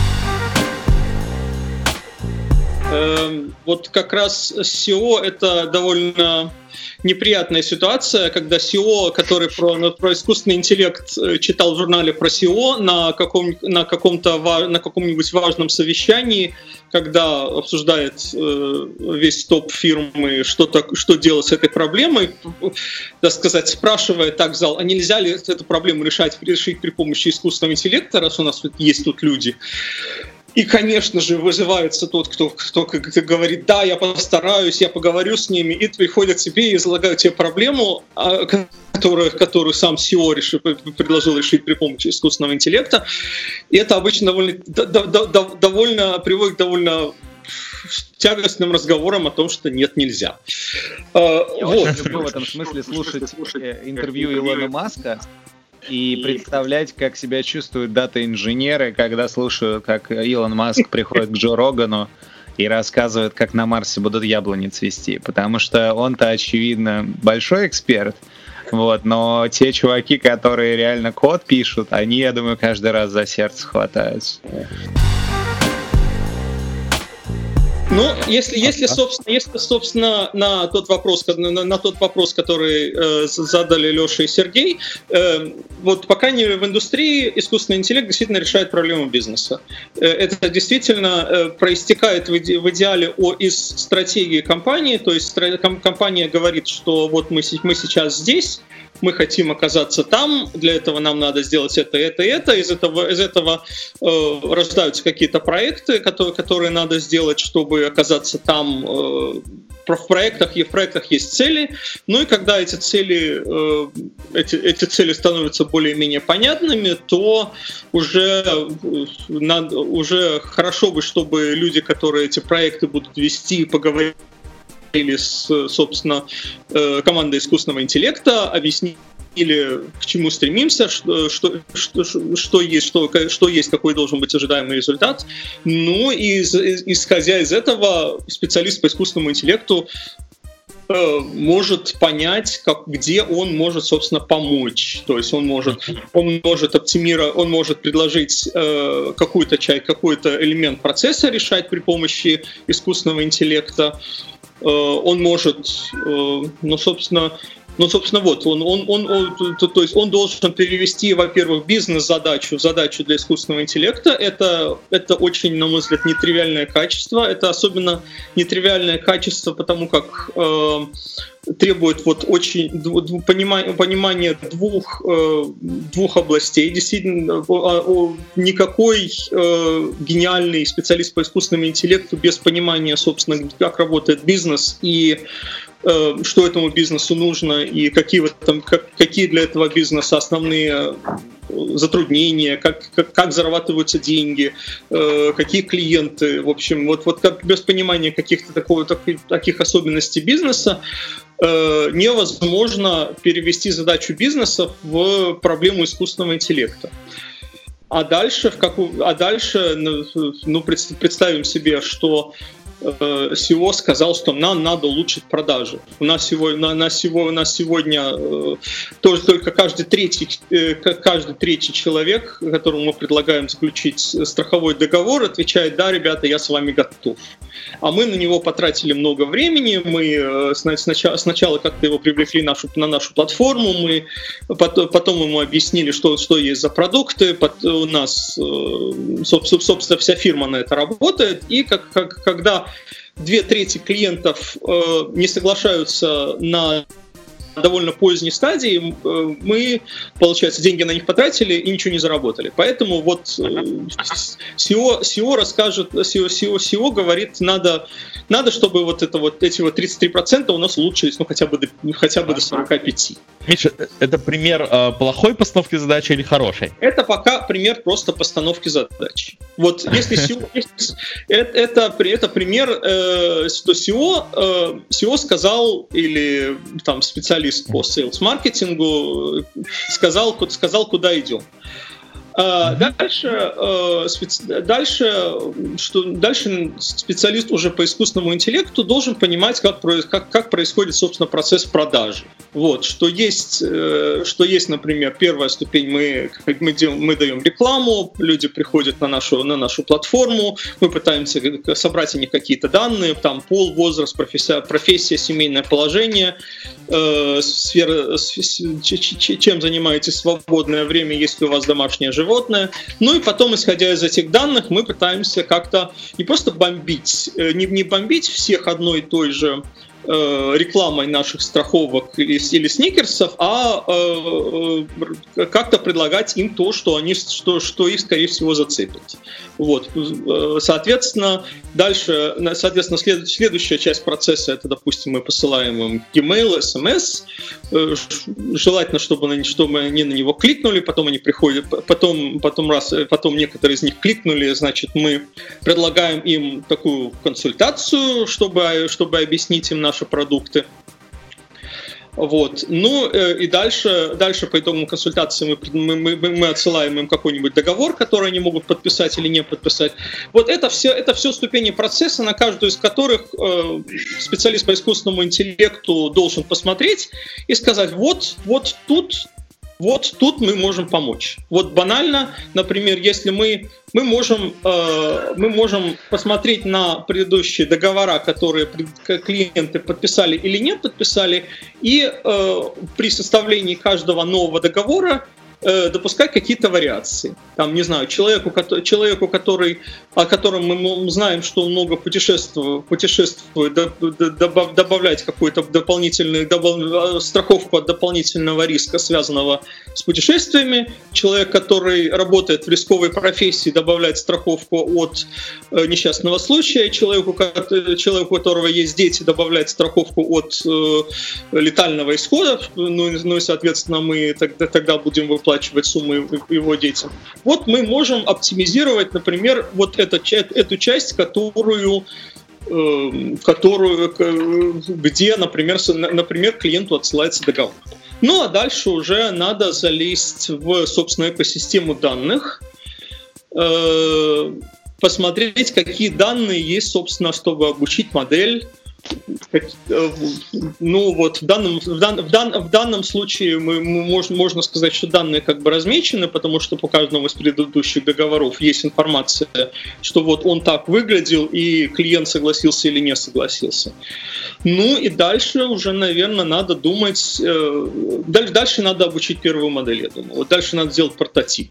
Вот как раз SEO — это довольно неприятная ситуация, когда SEO, который про искусственный интеллект читал в журнале про SEO на каком-нибудь важном совещании, когда обсуждает весь топ фирмы, что делать с этой проблемой, так сказать, спрашивает так в зал, а нельзя ли эту проблему решить при помощи искусственного интеллекта, раз у нас есть тут люди. И, конечно же, вызывается тот, кто говорит, да, я постараюсь, я поговорю с ними, и приходят тебе и излагают тебе проблему, которую сам SEO предложил решить при помощи искусственного интеллекта. И это обычно приводит к довольно тягостным разговорам о том, что нет, нельзя. Я очень люблю в этом смысле слушать интервью Илона Маска и представлять, как себя чувствуют дата-инженеры, когда слушают, как Илон Маск приходит к Джо Рогану и рассказывает, как на Марсе будут яблони цвести. Потому что он-то, очевидно, большой эксперт, но те чуваки, которые реально код пишут, они, я думаю, каждый раз за сердце хватаются. Ну, если собственно, на тот вопрос, который задали Леша и Сергей, вот по крайней мере в индустрии искусственный интеллект действительно решает проблему бизнеса. Это действительно проистекает в идеале из стратегии компании, то есть компания говорит, что вот мы сейчас здесь, мы хотим оказаться там, для этого нам надо сделать это, из этого рождаются какие-то проекты, которые надо сделать, чтобы оказаться там. В проектах есть цели, ну и когда эти цели становятся более-менее понятными, то уже хорошо бы, чтобы люди, которые эти проекты будут вести, поговорили с, собственно, командой искусственного интеллекта, объяснили, к чему стремимся, что есть, какой должен быть ожидаемый результат. Ну и исходя из этого, специалист по искусственному интеллекту может понять, где он может, собственно, помочь. То есть он может оптимировать, он может предложить какой-то элемент процесса решать при помощи искусственного интеллекта. Он может, собственно, то есть он должен перевести, во-первых, бизнес-задачу в задачу для искусственного интеллекта. Это очень, на мой взгляд, нетривиальное качество. Это особенно нетривиальное качество, потому как требует понимания двух областей. Действительно, никакой гениальный специалист по искусственному интеллекту без понимания, собственно, как работает бизнес и что этому бизнесу нужно и какие для этого бизнеса основные затруднения, как зарабатываются деньги, какие клиенты. В общем, вот как без понимания каких-то таких особенностей бизнеса невозможно перевести задачу бизнеса в проблему искусственного интеллекта. А дальше представим себе, что SEO сказал, что нам надо улучшить продажи. У нас сегодня только каждый третий человек, которому мы предлагаем заключить страховой договор, отвечает: да, ребята, я с вами готов. А мы на него потратили много времени, мы сначала как-то его привлекли на нашу платформу, потом ему объяснили, что есть за продукты, у нас, собственно, вся фирма на это работает, и когда 2/3 клиентов не соглашаются на довольно поздней стадии, мы, получается, деньги на них потратили и ничего не заработали. Поэтому вот SEO расскажет, SEO говорит, надо, чтобы эти 33% у нас улучшились, хотя бы до 45. Миша, это пример плохой постановки задачи или хорошей? Это пока пример просто постановки задачи. Вот если SEO, это пример, что SEO сказал, или там специалист по сейлс-маркетингу сказал, куда идем. Дальше специалист уже по искусственному интеллекту должен понимать, как происходит, собственно, процесс продажи. Вот, что есть, например, первая ступень, мы даем рекламу, люди приходят на нашу платформу, мы пытаемся собрать о них какие-то данные, там пол, возраст, профессия, семейное положение, сфера, чем занимаетесь в свободное время, есть ли у вас домашнее животное. Ну и потом, исходя из этих данных, мы пытаемся как-то не просто бомбить, не бомбить всех одной и той же рекламой наших страховок или сникерсов, а как-то предлагать им то, что их, скорее всего, зацепит. Вот. Соответственно, следующая часть процесса — это, допустим, мы посылаем им e-mail, SMS, желательно, чтобы они на него кликнули, потом они приходят, потом некоторые из них кликнули, значит, мы предлагаем им такую консультацию, чтобы объяснить им наши продукты. Вот. Ну и дальше по итогам консультации мы отсылаем им какой-нибудь договор, который они могут подписать или не подписать. Вот это все ступени процесса, на каждую из которых специалист по искусственному интеллекту должен посмотреть и сказать: вот тут мы можем помочь. Вот банально, например, если мы можем посмотреть на предыдущие договора, которые клиенты подписали или не подписали, и при составлении каждого нового договора допускать какие-то вариации. Там, не знаю, человеку, о котором мы знаем, что он много путешествует, добавлять какую-то дополнительную страховку от дополнительного риска, связанного с путешествиями. Человек, который работает в рисковой профессии, добавлять страховку от несчастного случая. Человеку, у которого есть дети, добавлять страховку от летального исхода. Ну и, соответственно, мы тогда будем выплачивать суммы его детям. Вот мы можем оптимизировать, например, вот эту часть, где, например, клиенту отсылается договор. Ну а дальше уже надо залезть в, собственно, экосистему данных, посмотреть, какие данные есть, собственно, чтобы обучить модель. Ну вот в данном случае можно сказать, что данные как бы размечены, потому что по каждому из предыдущих договоров есть информация, что вот он так выглядел, и клиент согласился или не согласился. Ну и дальше уже, наверное, надо думать, дальше надо обучить первую модель, я думаю. Вот дальше надо сделать прототип.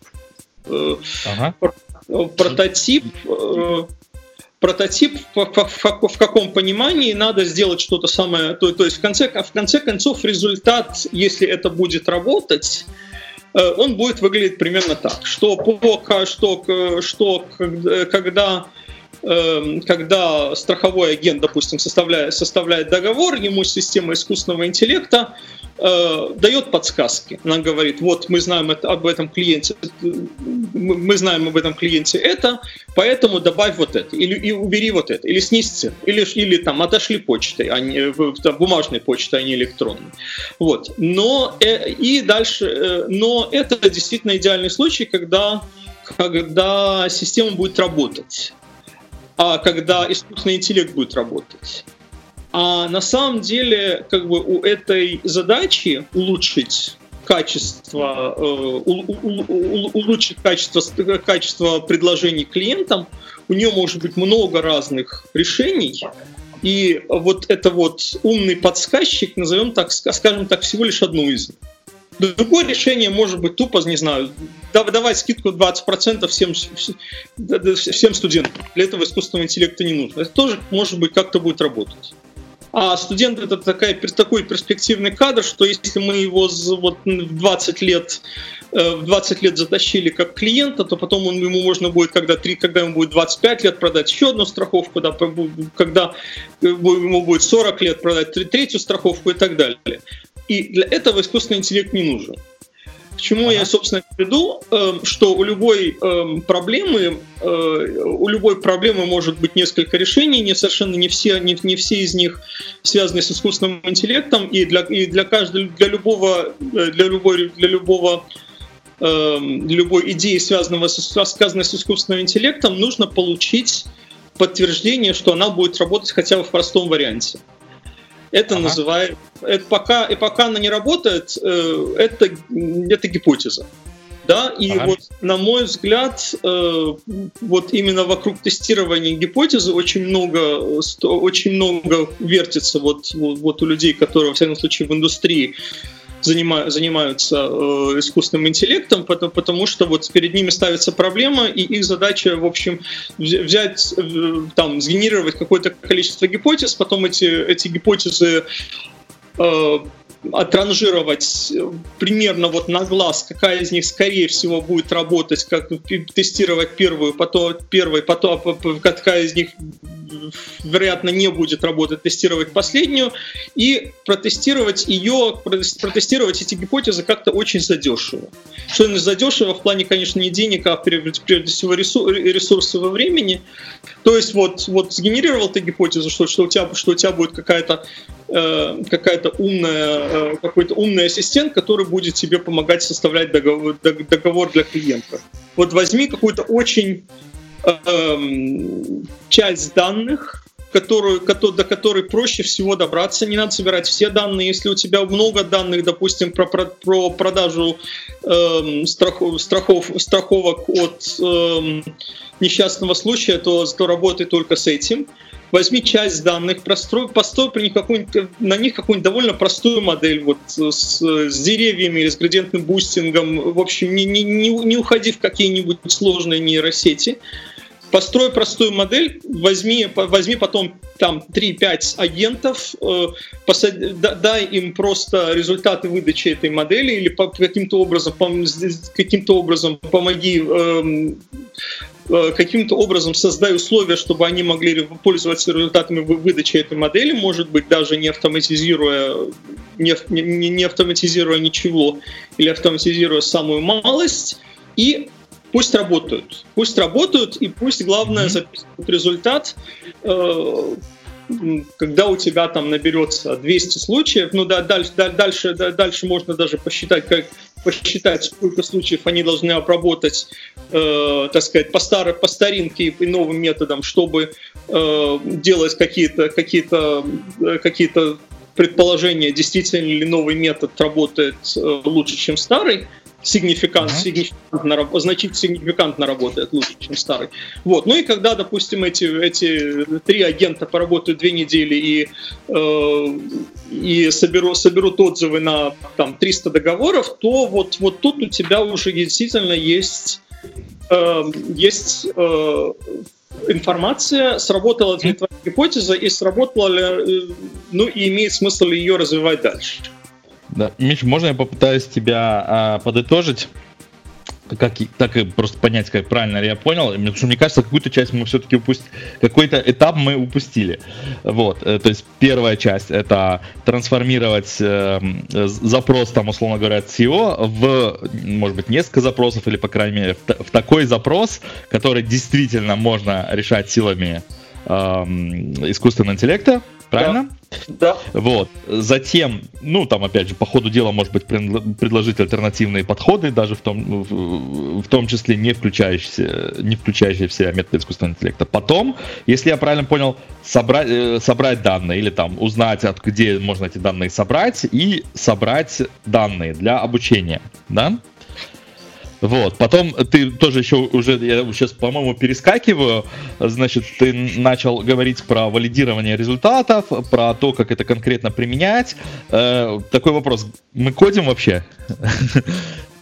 Прототип в каком понимании надо сделать что-то самое, то есть в конце концов результат, если это будет работать, он будет выглядеть примерно так, когда страховой агент, допустим, составляет договор, ему система искусственного интеллекта дает подсказки. Она говорит: вот мы знаем об этом клиенте это, поэтому добавь вот это, или убери вот это, или снизь цену, или там отошли почтой, а не бумажной почтой, а не электронной. Вот. Но это действительно идеальный случай, когда система будет работать, а когда искусственный интеллект будет работать. А на самом деле, как бы у этой задачи улучшить качество предложений клиентам, у нее может быть много разных решений. И вот это вот умный подсказчик, скажем так, всего лишь одно из них. Другое решение может быть тупо, не знаю, давать скидку 20% всем студентам. Для этого искусственного интеллекта не нужно. Это тоже, может быть, как-то будет работать. А студент — это такой перспективный кадр, что если мы его вот в 20 лет затащили как клиента, то потом ему можно будет, когда ему будет 25 лет, продать еще одну страховку, когда ему будет 40 лет, продать третью страховку и так далее. И для этого искусственный интеллект не нужен. К чему я, собственно, веду, что у любой проблемы может быть несколько решений, совершенно не все из них связаны с искусственным интеллектом, и для любой идеи, связанной с искусственным интеллектом, нужно получить подтверждение, что она будет работать хотя бы в простом варианте. Это называют, пока она не работает, это гипотеза. Да? И вот, на мой взгляд, вот именно вокруг тестирования гипотезы очень много вертится вот у людей, которые, во всяком случае, в индустрии занимаются искусственным интеллектом, потому что вот перед ними ставится проблема, и их задача, в общем, взять, сгенерировать какое-то количество гипотез, потом эти гипотезы отранжировать примерно вот на глаз, какая из них скорее всего будет работать, как тестировать первую, потом какая из них вероятно не будет работать, тестировать последнюю и протестировать эти гипотезы как-то очень задешево. Что не задешево в плане, конечно, не денег, а прежде всего ресурсов и времени. То есть вот сгенерировал ты гипотезу, что у тебя будет какой-то умный ассистент, который будет тебе помогать составлять договор для клиента. Вот возьми какую-то очень часть данных, до которой проще всего добраться. Не надо собирать все данные. Если у тебя много данных, допустим, про продажу страховок от несчастного случая, то работай только с этим. Возьми часть данных, построй на них какую-нибудь довольно простую модель вот, с деревьями или с градиентным бустингом. В общем, не уходи в какие-нибудь сложные нейросети. Построй простую модель, возьми потом 3-5 агентов, дай им просто результаты выдачи этой модели или каким-то образом создай условия, чтобы они могли пользоваться результатами выдачи этой модели, может быть, даже не автоматизируя ничего или автоматизируя самую малость, и пусть работают, и пусть, главное, записывают результат, когда у тебя там наберется 200 случаев, дальше можно даже посчитать, сколько случаев они должны обработать, так сказать, по старинке и новым методам, чтобы делать какие-то предположения, действительно ли новый метод работает лучше, чем старый. Значительно работает лучше, чем старый. Вот. Ну и когда, допустим, эти 3 агента поработают 2 недели и соберут отзывы на 300 договоров, то вот тут у тебя уже действительно есть информация, сработала ли твоя гипотеза и сработала ли, и имеет смысл ли ее развивать дальше. Да. Миш, можно я попытаюсь тебя подытожить? Так и просто понять, как правильно ли я понял. Потому что мне кажется, какую-то часть мы все-таки какой-то этап мы упустили. Вот. То есть первая часть — это трансформировать запрос, условно говоря, от SEO в, может быть, несколько запросов, или, по крайней мере, в такой запрос, который действительно можно решать силами искусственного интеллекта. Правильно? Да. Вот. Затем, опять же, по ходу дела, может быть, предложить альтернативные подходы, даже в том числе не включающие в себя методы искусственного интеллекта. Потом, если я правильно понял, собрать данные или узнать, где можно эти данные собрать, и собрать данные для обучения, да? Вот, потом ты тоже я сейчас, по-моему, перескакиваю, значит, ты начал говорить про валидирование результатов, про то, как это конкретно применять. Такой вопрос, мы кодим вообще?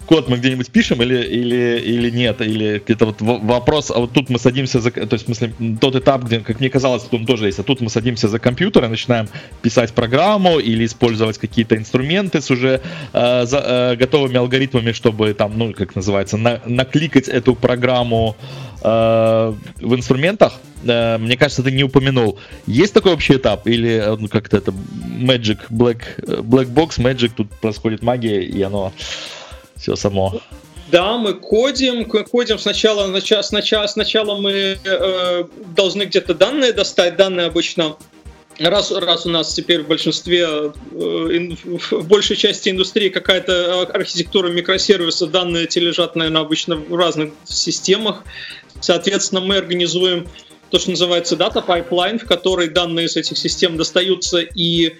код мы где-нибудь пишем или нет, или это вот вопрос, а вот тут мы садимся то есть в смысле тот этап, где, как мне казалось, тут он тоже есть, а тут мы садимся за компьютер и начинаем писать программу или использовать какие-то инструменты с уже готовыми алгоритмами, чтобы там, ну, как называется, накликать эту программу в инструментах. Мне кажется, ты не упомянул. Есть такой общий этап? Или ну, как-то это Magic, Black Box, Magic, тут происходит магия, и оно все само? Да, мы кодим сначала мы должны где-то данные достать. Данные обычно, раз у нас теперь в большинстве, в большей части индустрии какая-то архитектура микросервиса, данные эти лежат, наверное, обычно в разных системах. Соответственно, мы организуем то, что называется data pipeline, в которой данные с этих систем достаются и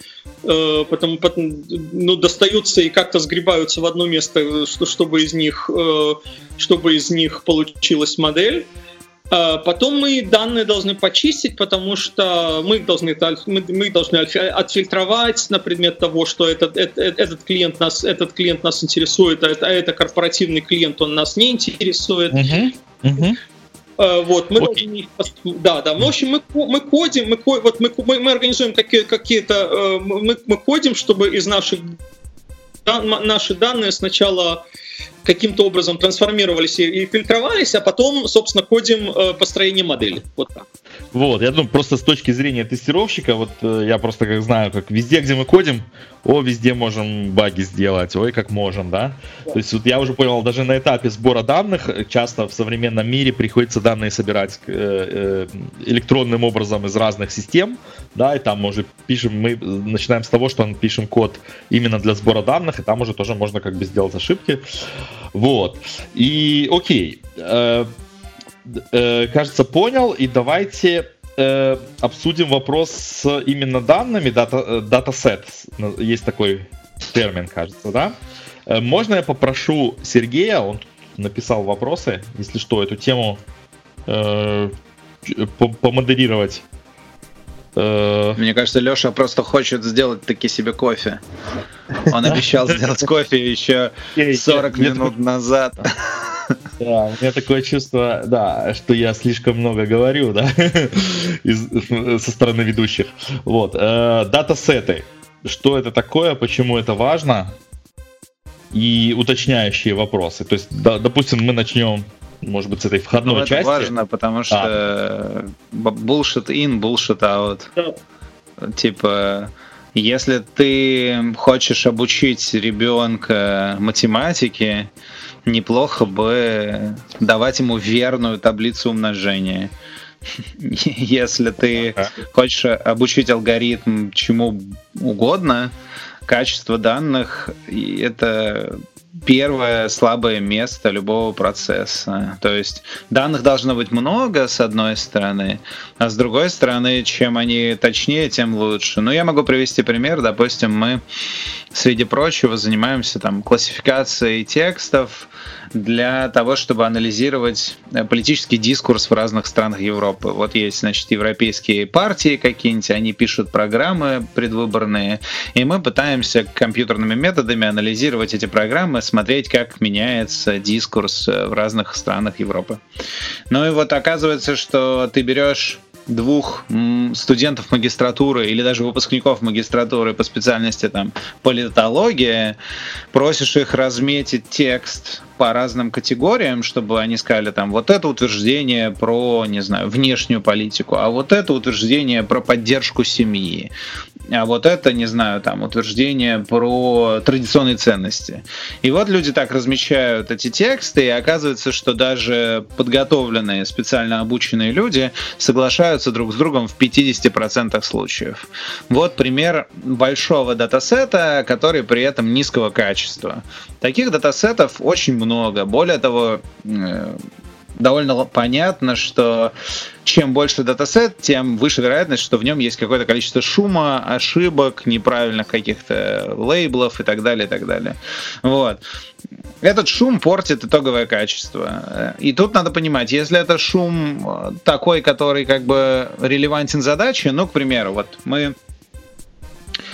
достаются и как-то сгребаются в одно место, чтобы из них получилась модель. Потом мы данные должны почистить, потому что мы должны отфильтровать на предмет того, что этот клиент нас интересует, а это корпоративный клиент, он нас не интересует. Вот, мы должны, да. В общем, мы кодим, мы организуем какие-то, мы кодим, чтобы из наши данные сначала каким-то образом трансформировались и фильтровались, а потом, собственно, кодим построение модели. Вот так. Вот, я думаю, просто с точки зрения тестировщика, вот я просто как знаю, как везде, где мы кодим, везде можем баги сделать, как можем, да? То есть вот я уже понял, даже на этапе сбора данных часто в современном мире приходится данные собирать электронным образом из разных систем, да, и там мы уже мы начинаем с того, что мы пишем код именно для сбора данных, и там уже тоже можно как бы сделать ошибки. Вот, и окей, кажется, понял, и давайте обсудим вопрос с именно данными, датасет, есть такой термин, кажется, да? Можно я попрошу Сергея, он написал вопросы, если что, эту тему помодерировать? Мне кажется, Леша просто хочет сделать таки себе кофе. Он обещал сделать кофе еще 40 минут назад. Да, у меня такое чувство, да, что я слишком много говорю, да, со стороны ведущих. Вот, датасеты. Что это такое, почему это важно? И уточняющие вопросы. То есть, допустим, мы начнем, может быть, с этой входной части. Это важно, потому что bullshit in, bullshit out. Типа, если ты хочешь обучить ребенка математике, неплохо бы давать ему верную таблицу умножения. Если ты хочешь обучить алгоритм чему угодно, качество данных — это первое слабое место любого процесса. То есть данных должно быть много, с одной стороны, а с другой стороны, чем они точнее, тем лучше. Ну, я могу привести пример. Допустим, мы, среди прочего, занимаемся там классификацией текстов для того, чтобы анализировать политический дискурс в разных странах Европы. Вот есть, значит, европейские партии какие-нибудь, они пишут программы предвыборные, и мы пытаемся компьютерными методами анализировать эти программы, смотреть, как меняется дискурс в разных странах Европы. Ну и вот оказывается, что ты берешь двух студентов магистратуры или даже выпускников магистратуры по специальности там политология, просишь их разметить текст по разным категориям, чтобы они сказали там вот это утверждение про, не знаю, внешнюю политику, а вот это утверждение про поддержку семьи, а вот это, не знаю, там утверждение про традиционные ценности. И вот люди так размещают эти тексты, и оказывается, что даже подготовленные, специально обученные люди соглашаются друг с другом в 50% случаев. Вот пример большого датасета, который при этом низкого качества. Таких датасетов очень много. Более того, довольно понятно, что чем больше датасет, тем выше вероятность, что в нем есть какое-то количество шума, ошибок, неправильных каких-то лейблов и так далее, и так далее. Вот. Этот шум портит итоговое качество. И тут надо понимать, если это шум такой, который как бы релевантен задаче, ну, к примеру, вот мы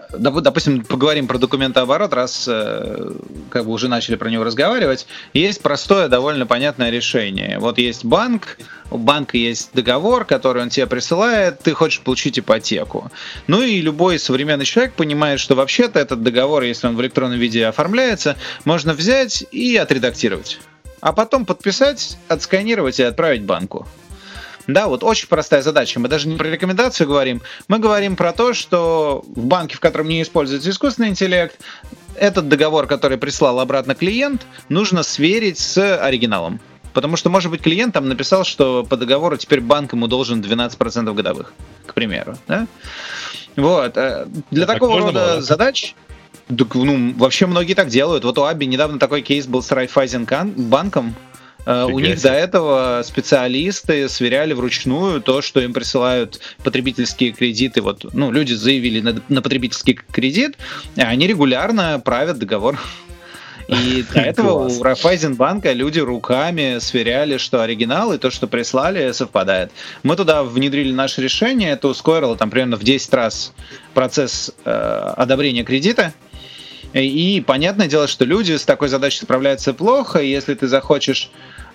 допустим, поговорим про документооборот, раз как бы уже начали про него разговаривать. Есть простое, довольно понятное решение. Вот есть банк, у банка есть договор, который он тебе присылает, ты хочешь получить ипотеку. Ну и любой современный человек понимает, что вообще-то этот договор, если он в электронном виде оформляется, можно взять и отредактировать. А потом подписать, отсканировать и отправить банку. Да, вот очень простая задача. Мы даже не про рекомендацию говорим, мы говорим про то, что в банке, в котором не используется искусственный интеллект, этот договор, который прислал обратно клиент, нужно сверить с оригиналом. Потому что, может быть, клиент там написал, что по договору теперь банк ему должен 12% годовых, к примеру. Да? Вот. Для такого рода задач... Ну, вообще многие так делают. Вот у Аби недавно такой кейс был с Райффайзенбанком. У них до этого специалисты сверяли вручную то, что им присылают потребительские кредиты. Вот, ну, люди заявили на потребительский кредит, а они регулярно правят договор. И до этого у Райффайзенбанка люди руками сверяли, что оригинал и то, что прислали, совпадает. Мы туда внедрили наше решение, это ускорило там примерно в 10 раз процесс одобрения кредита. И понятное дело, что люди с такой задачей справляются плохо. Если ты захочешь,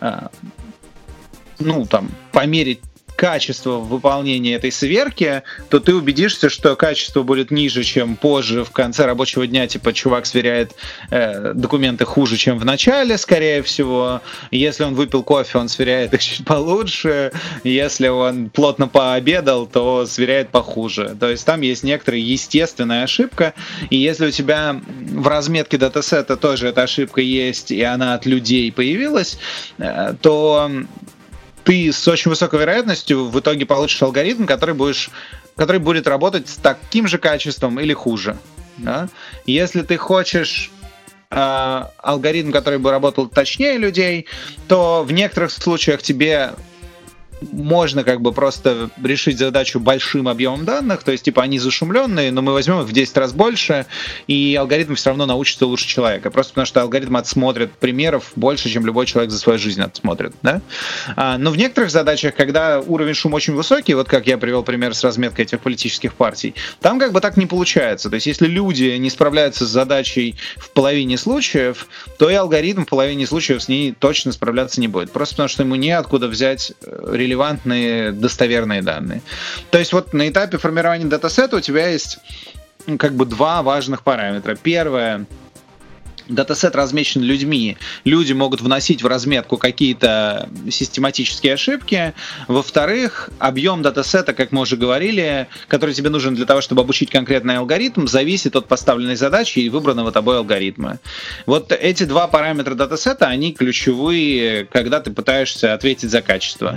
ну, там, померить качество выполнения этой сверки, то ты убедишься, что качество будет ниже, чем позже в конце рабочего дня. Типа, чувак сверяет документы хуже, чем в начале, скорее всего. Если он выпил кофе, он сверяет их чуть получше. Если он плотно пообедал, то сверяет похуже. То есть там есть некоторая естественная ошибка. И если у тебя в разметке датасета тоже эта ошибка есть, и она от людей появилась, то ты с очень высокой вероятностью в итоге получишь алгоритм, который будет работать с таким же качеством или хуже. Да? Если ты хочешь алгоритм, который бы работал точнее людей, то в некоторых случаях тебе можно как бы просто решить задачу большим объемом данных, то есть типа они зашумленные, но мы возьмем их в 10 раз больше, и алгоритм все равно научится лучше человека, просто потому что алгоритм отсмотрит примеров больше, чем любой человек за свою жизнь отсмотрит. Да? Но в некоторых задачах, когда уровень шума очень высокий, вот как я привел пример с разметкой этих политических партий, там как бы так не получается. То есть если люди не справляются с задачей в половине случаев, то и алгоритм в половине случаев с ней точно справляться не будет, просто потому что ему неоткуда взять релевантные, достоверные данные. То есть вот на этапе формирования датасета у тебя есть как бы два важных параметра. Первое, датасет размечен людьми. Люди могут вносить в разметку какие-то систематические ошибки. Во-вторых, объем датасета, как мы уже говорили, который тебе нужен для того, чтобы обучить конкретный алгоритм, зависит от поставленной задачи и выбранного тобой алгоритма. Вот эти два параметра датасета, они ключевые, когда ты пытаешься ответить за качество.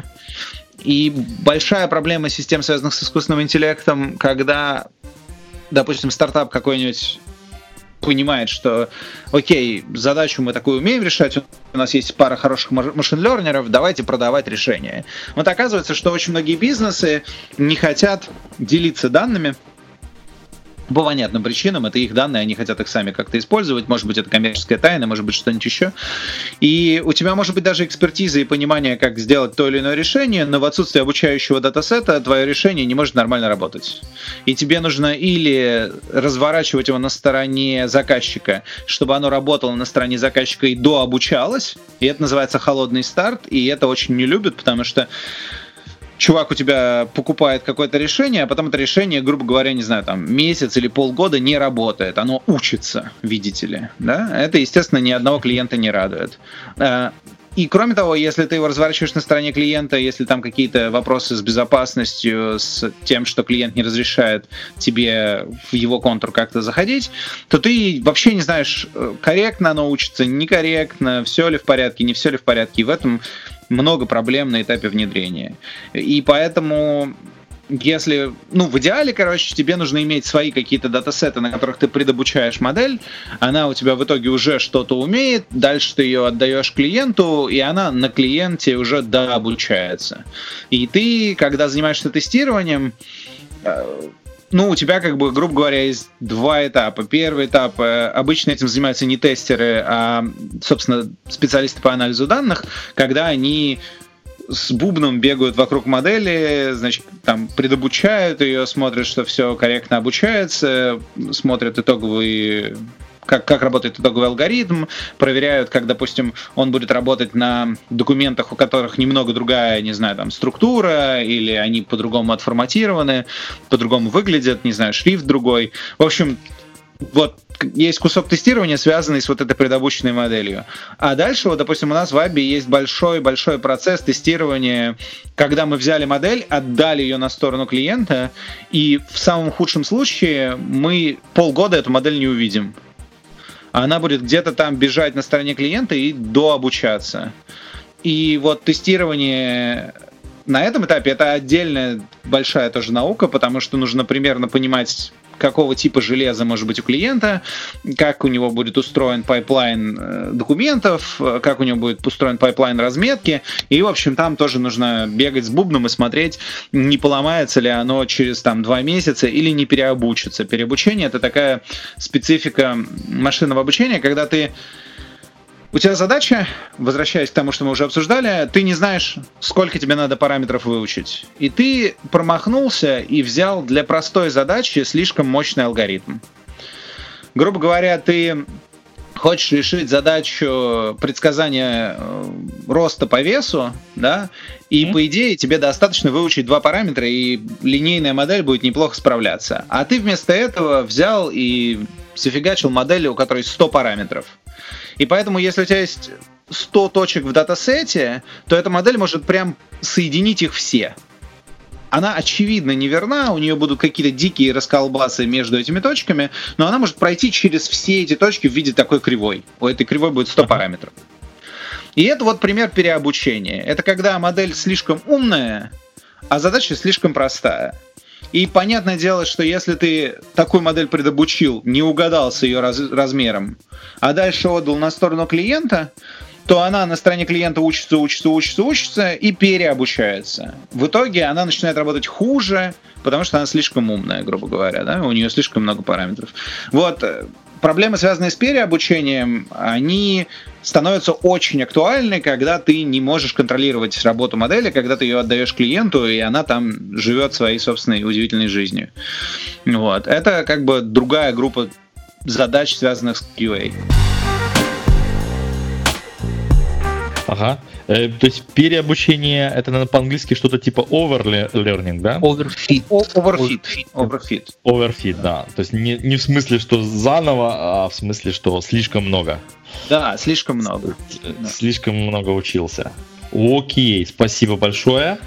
И большая проблема систем, связанных с искусственным интеллектом, когда, допустим, стартап какой-нибудь понимает, что окей, задачу мы такую умеем решать, у нас есть пара хороших машин-лернеров, давайте продавать решения. Вот оказывается, что очень многие бизнесы не хотят делиться данными по понятным причинам. Это их данные, они хотят их сами как-то использовать, может быть, это коммерческая тайна, может быть, что-нибудь еще. И у тебя может быть даже экспертиза и понимание, как сделать то или иное решение, но в отсутствии обучающего датасета твое решение не может нормально работать. И тебе нужно или разворачивать его на стороне заказчика, чтобы оно работало на стороне заказчика и дообучалось, и это называется холодный старт, и это очень не любят, потому что чувак у тебя покупает какое-то решение, а потом это решение, грубо говоря, не знаю, там месяц или полгода не работает. Оно учится, видите ли. Да? Это, естественно, ни одного клиента не радует. И кроме того, если ты его разворачиваешь на стороне клиента, если там какие-то вопросы с безопасностью, с тем, что клиент не разрешает тебе в его контур как-то заходить, то ты вообще не знаешь, корректно оно учится, некорректно, все ли в порядке, не все ли в порядке. И в этом много проблем на этапе внедрения. И поэтому, если, в идеале, тебе нужно иметь свои какие-то датасеты, на которых ты предобучаешь модель, она у тебя в итоге уже что-то умеет, дальше ты ее отдаешь клиенту, и она на клиенте уже дообучается. И ты, когда занимаешься тестированием, у тебя, грубо говоря, есть два этапа. Первый этап, обычно этим занимаются не тестеры, а, собственно, специалисты по анализу данных, когда они с бубном бегают вокруг модели, значит, там предобучают ее, смотрят, что все корректно обучается, смотрят итоговые... Как работает итоговый алгоритм, проверяют, как, допустим, он будет работать на документах, у которых немного другая, не знаю, там, структура, или они по-другому отформатированы, по-другому выглядят, не знаю, шрифт другой. В общем, вот есть кусок тестирования, связанный с вот этой предобученной моделью. А дальше, вот, допустим, у нас в Абби есть большой-большой процесс тестирования, когда мы взяли модель, отдали ее на сторону клиента, и в самом худшем случае мы полгода эту модель не увидим. Она будет где-то там бежать на стороне клиента и дообучаться. И вот тестирование на этом этапе — это отдельная большая тоже наука, потому что нужно примерно понимать, какого типа железа может быть у клиента, как у него будет устроен пайплайн документов, как у него будет устроен пайплайн разметки. И, в общем, там тоже нужно бегать с бубном и смотреть, не поломается ли оно через 2 месяца или не переобучится. Переобучение — это такая специфика машинного обучения, когда у тебя задача, возвращаясь к тому, что мы уже обсуждали, ты не знаешь, сколько тебе надо параметров выучить. И ты промахнулся и взял для простой задачи слишком мощный алгоритм. Грубо говоря, ты хочешь решить задачу предсказания роста по весу, да, и по идее тебе достаточно выучить 2 параметра, и линейная модель будет неплохо справляться. А ты вместо этого взял и зафигачил модель, у которой 100 параметров. И поэтому, если у тебя есть 100 точек в датасете, то эта модель может прям соединить их все. Она, очевидно, неверна, у нее будут какие-то дикие расколбасы между этими точками, но она может пройти через все эти точки в виде такой кривой. У этой кривой будет 100 параметров. И это вот пример переобучения. Это когда модель слишком умная, а задача слишком простая. И понятное дело, что если ты такую модель предобучил, не угадал с ее размером, а дальше отдал на сторону клиента, то она на стороне клиента учится и переобучается. В итоге она начинает работать хуже, потому что она слишком умная, грубо говоря, да? У нее слишком много параметров. Вот. Проблемы, связанные с переобучением, они становятся очень актуальны, когда ты не можешь контролировать работу модели, когда ты ее отдаешь клиенту, и она там живет своей собственной удивительной жизнью. Вот. Это как бы другая группа задач, связанных с QA. Ага. То есть переобучение, это, наверное, по-английски что-то типа overlearning, да? Overfit, да. То есть не в смысле, что заново, а в смысле, что слишком много. Да, слишком много. Слишком много учился. Окей, спасибо большое.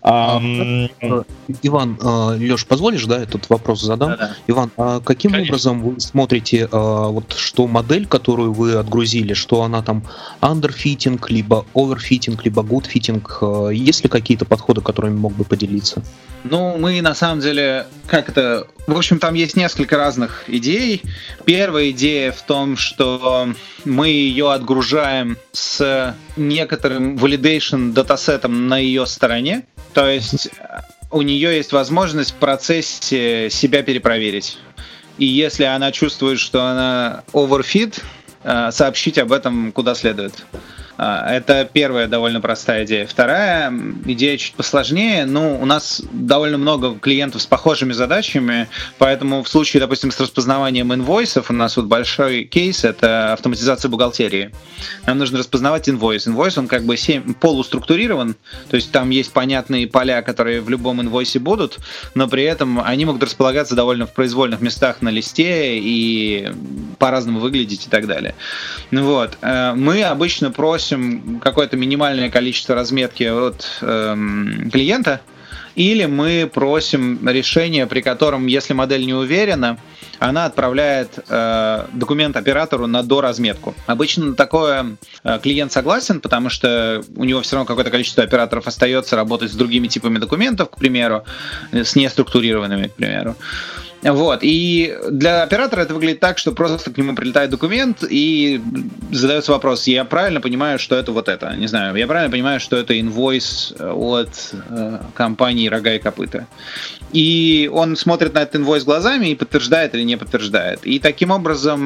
Иван, Леш, позволишь, да, этот вопрос задам? Да. Иван, а каким Конечно. образом вы смотрите, вот что модель, которую вы отгрузили, что она там underfitting, либо overfitting, либо goodfitting? Есть ли какие-то подходы, которыми мог бы поделиться? Ну, мы на самом деле, в общем, там есть несколько разных идей. Первая идея в том, что мы ее отгружаем с некоторым validation датасетом на ее стороне. То есть у нее есть возможность в процессе себя перепроверить. И если она чувствует, что она overfit, сообщить об этом куда следует. Это первая довольно простая идея. Вторая идея чуть посложнее. У нас довольно много клиентов с похожими задачами, поэтому в случае, допустим, с распознаванием инвойсов, у нас вот большой кейс — это автоматизация бухгалтерии. Нам нужно распознавать инвойс. Инвойс, он как бы полуструктурирован, то есть там есть понятные поля, которые в любом инвойсе будут, но при этом они могут располагаться довольно в произвольных местах на листе и по-разному выглядеть и так далее. Вот. Мы обычно просим какое-то минимальное количество разметки от клиента, или мы просим решение, при котором, если модель не уверена, она отправляет документ оператору на доразметку. Обычно такое клиент согласен, потому что у него все равно какое-то количество операторов остается работать с другими типами документов, к примеру, с неструктурированными, к примеру. Вот. И для оператора это выглядит так, что просто к нему прилетает документ и задается вопрос: я правильно понимаю, что это вот это? Не знаю, я правильно понимаю, что это инвойс от компании «Рога и копыта». И он смотрит на этот инвойс глазами и подтверждает или не подтверждает. И таким образом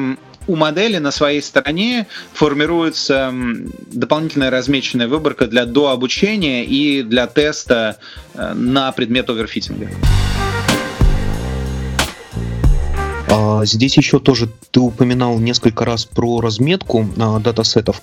у модели на своей стороне формируется дополнительная размеченная выборка для дообучения и для теста на предмет оверфитинга. Здесь еще тоже ты упоминал несколько раз про разметку датасетов.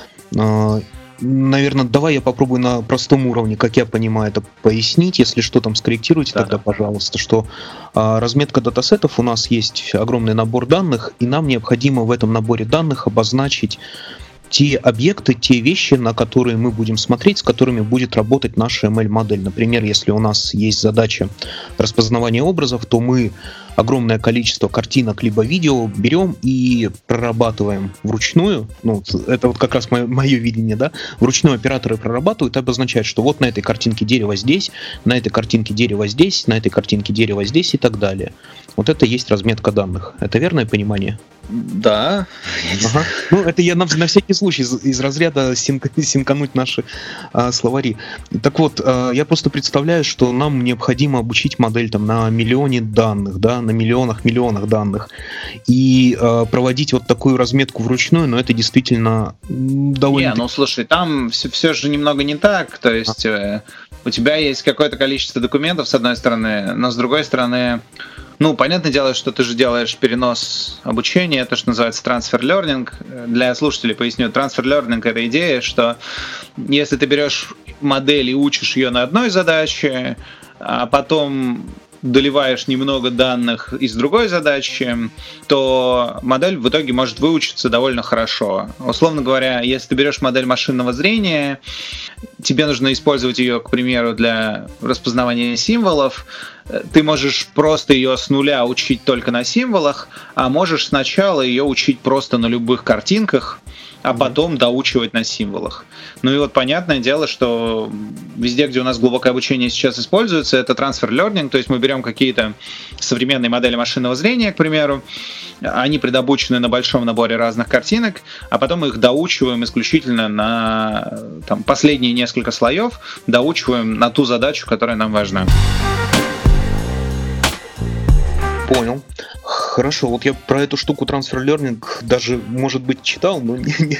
Наверное, давай я попробую на простом уровне, как я понимаю, это пояснить. Если что, там скорректируйте тогда, пожалуйста, что разметка датасетов, у нас есть огромный набор данных, и нам необходимо в этом наборе данных обозначить те объекты, те вещи, на которые мы будем смотреть, с которыми будет работать наша ML-модель. Например, если у нас есть задача распознавания образов, то мы огромное количество картинок либо видео берем и прорабатываем вручную. Ну, это вот как раз мое видение, да? Вручную операторы прорабатывают и обозначают, что вот на этой картинке дерево здесь, на этой картинке дерево здесь, на этой картинке дерево здесь и так далее. Вот это есть разметка данных. Это верное понимание? Да. Ага. Ну, это я на всякий случай из разряда синкануть наши словари. Так вот, я просто представляю, что нам необходимо обучить модель там, на миллионе данных, да, на миллионах данных. И проводить вот такую разметку вручную, но это действительно довольно... Ну слушай, там все же немного не так. То есть у тебя есть какое-то количество документов, с одной стороны, но с другой стороны... Ну, понятное дело, что ты же делаешь перенос обучения, это что называется transfer learning. Для слушателей поясню, transfer learning — это идея, что если ты берешь модель и учишь ее на одной задаче, а потом доливаешь немного данных из другой задачи, то модель в итоге может выучиться довольно хорошо. Условно говоря, если ты берешь модель машинного зрения, тебе нужно использовать ее, к примеру, для распознавания символов, ты можешь просто ее с нуля учить только на символах, а можешь сначала ее учить просто на любых картинках, а потом доучивать на символах. Ну и вот понятное дело, что везде, где у нас глубокое обучение сейчас используется, это transfer learning, то есть мы берем какие-то современные модели машинного зрения, к примеру, они предобучены на большом наборе разных картинок, а потом мы их доучиваем исключительно на там, последние несколько слоев, доучиваем на ту задачу, которая нам важна. Понял. Хорошо, вот я про эту штуку Transfer Learning даже, может быть, читал, но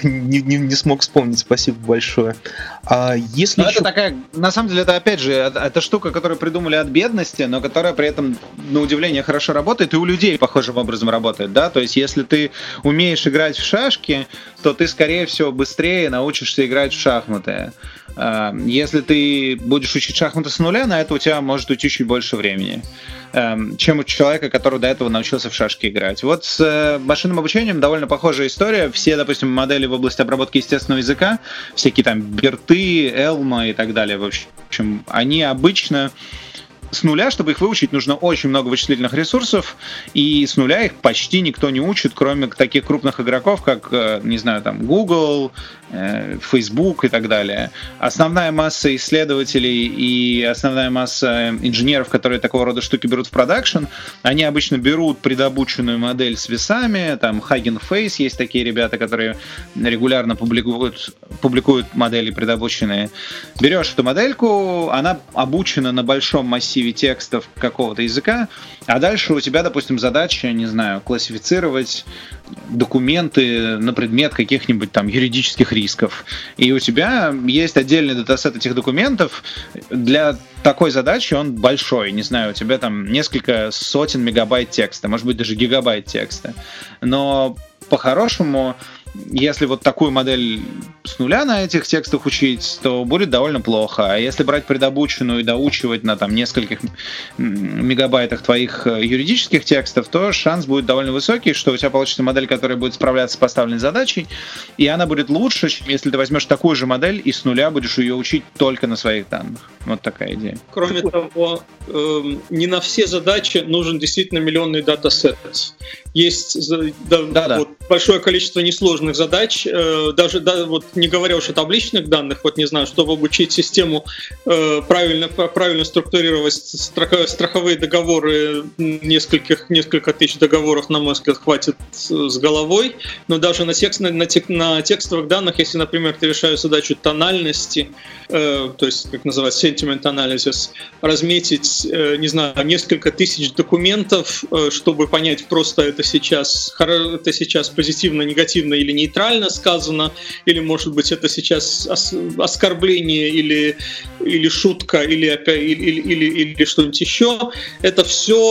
не смог вспомнить. Спасибо большое. А если это такая, на самом деле, это опять же, это штука, которую придумали от бедности, но которая при этом, на удивление, хорошо работает и у людей похожим образом работает, да? То есть, если ты умеешь играть в шашки, то ты, скорее всего, быстрее научишься играть в шахматы. Если ты будешь учить шахматы с нуля, на это у тебя может уйти чуть больше времени, чем у человека, который до этого научился в шашки играть. Вот с машинным обучением довольно похожая история. Все, допустим, модели в области обработки естественного языка, всякие там Берты, Элма и так далее, в общем, они обычно с нуля, чтобы их выучить, нужно очень много вычислительных ресурсов, и с нуля их почти никто не учит, кроме таких крупных игроков, как, не знаю, там, Google, Facebook и так далее. Основная масса исследователей и основная масса инженеров, которые такого рода штуки берут в продакшн, они обычно берут предобученную модель с весами, там, Hugging Face, есть такие ребята, которые регулярно публикуют модели предобученные. Берешь эту модельку, она обучена на большом массиве текстов какого-то языка, а дальше у тебя, допустим, задача, не знаю, классифицировать документы на предмет каких-нибудь там юридических рисков. И у тебя есть отдельный датасет этих документов. Для такой задачи он большой. Не знаю, у тебя там несколько сотен мегабайт текста, может быть, даже гигабайт текста. Но по-хорошему, если вот такую модель с нуля на этих текстах учить, то будет довольно плохо. А если брать предобученную и доучивать на там нескольких мегабайтах твоих юридических текстов, то шанс будет довольно высокий, что у тебя получится модель, которая будет справляться с поставленной задачей, и она будет лучше, чем если ты возьмешь такую же модель и с нуля будешь ее учить только на своих данных. Вот такая идея. Кроме того, не на все задачи нужен действительно миллионный датасет. Есть вот большое количество несложных сложных задач, даже вот не говоря уж о табличных данных, вот не знаю, чтобы обучить систему правильно структурировать страховые договоры, несколько тысяч договоров, на мой взгляд, хватит с головой, но даже на текстовых данных, если, например, ты решаешь задачу тональности, то есть, как называется, sentiment analysis, разметить, не знаю, несколько тысяч документов, чтобы понять, просто это сейчас позитивно, негативно или нейтрально сказано, или, может быть, это сейчас оскорбление или шутка, или что-нибудь еще. Это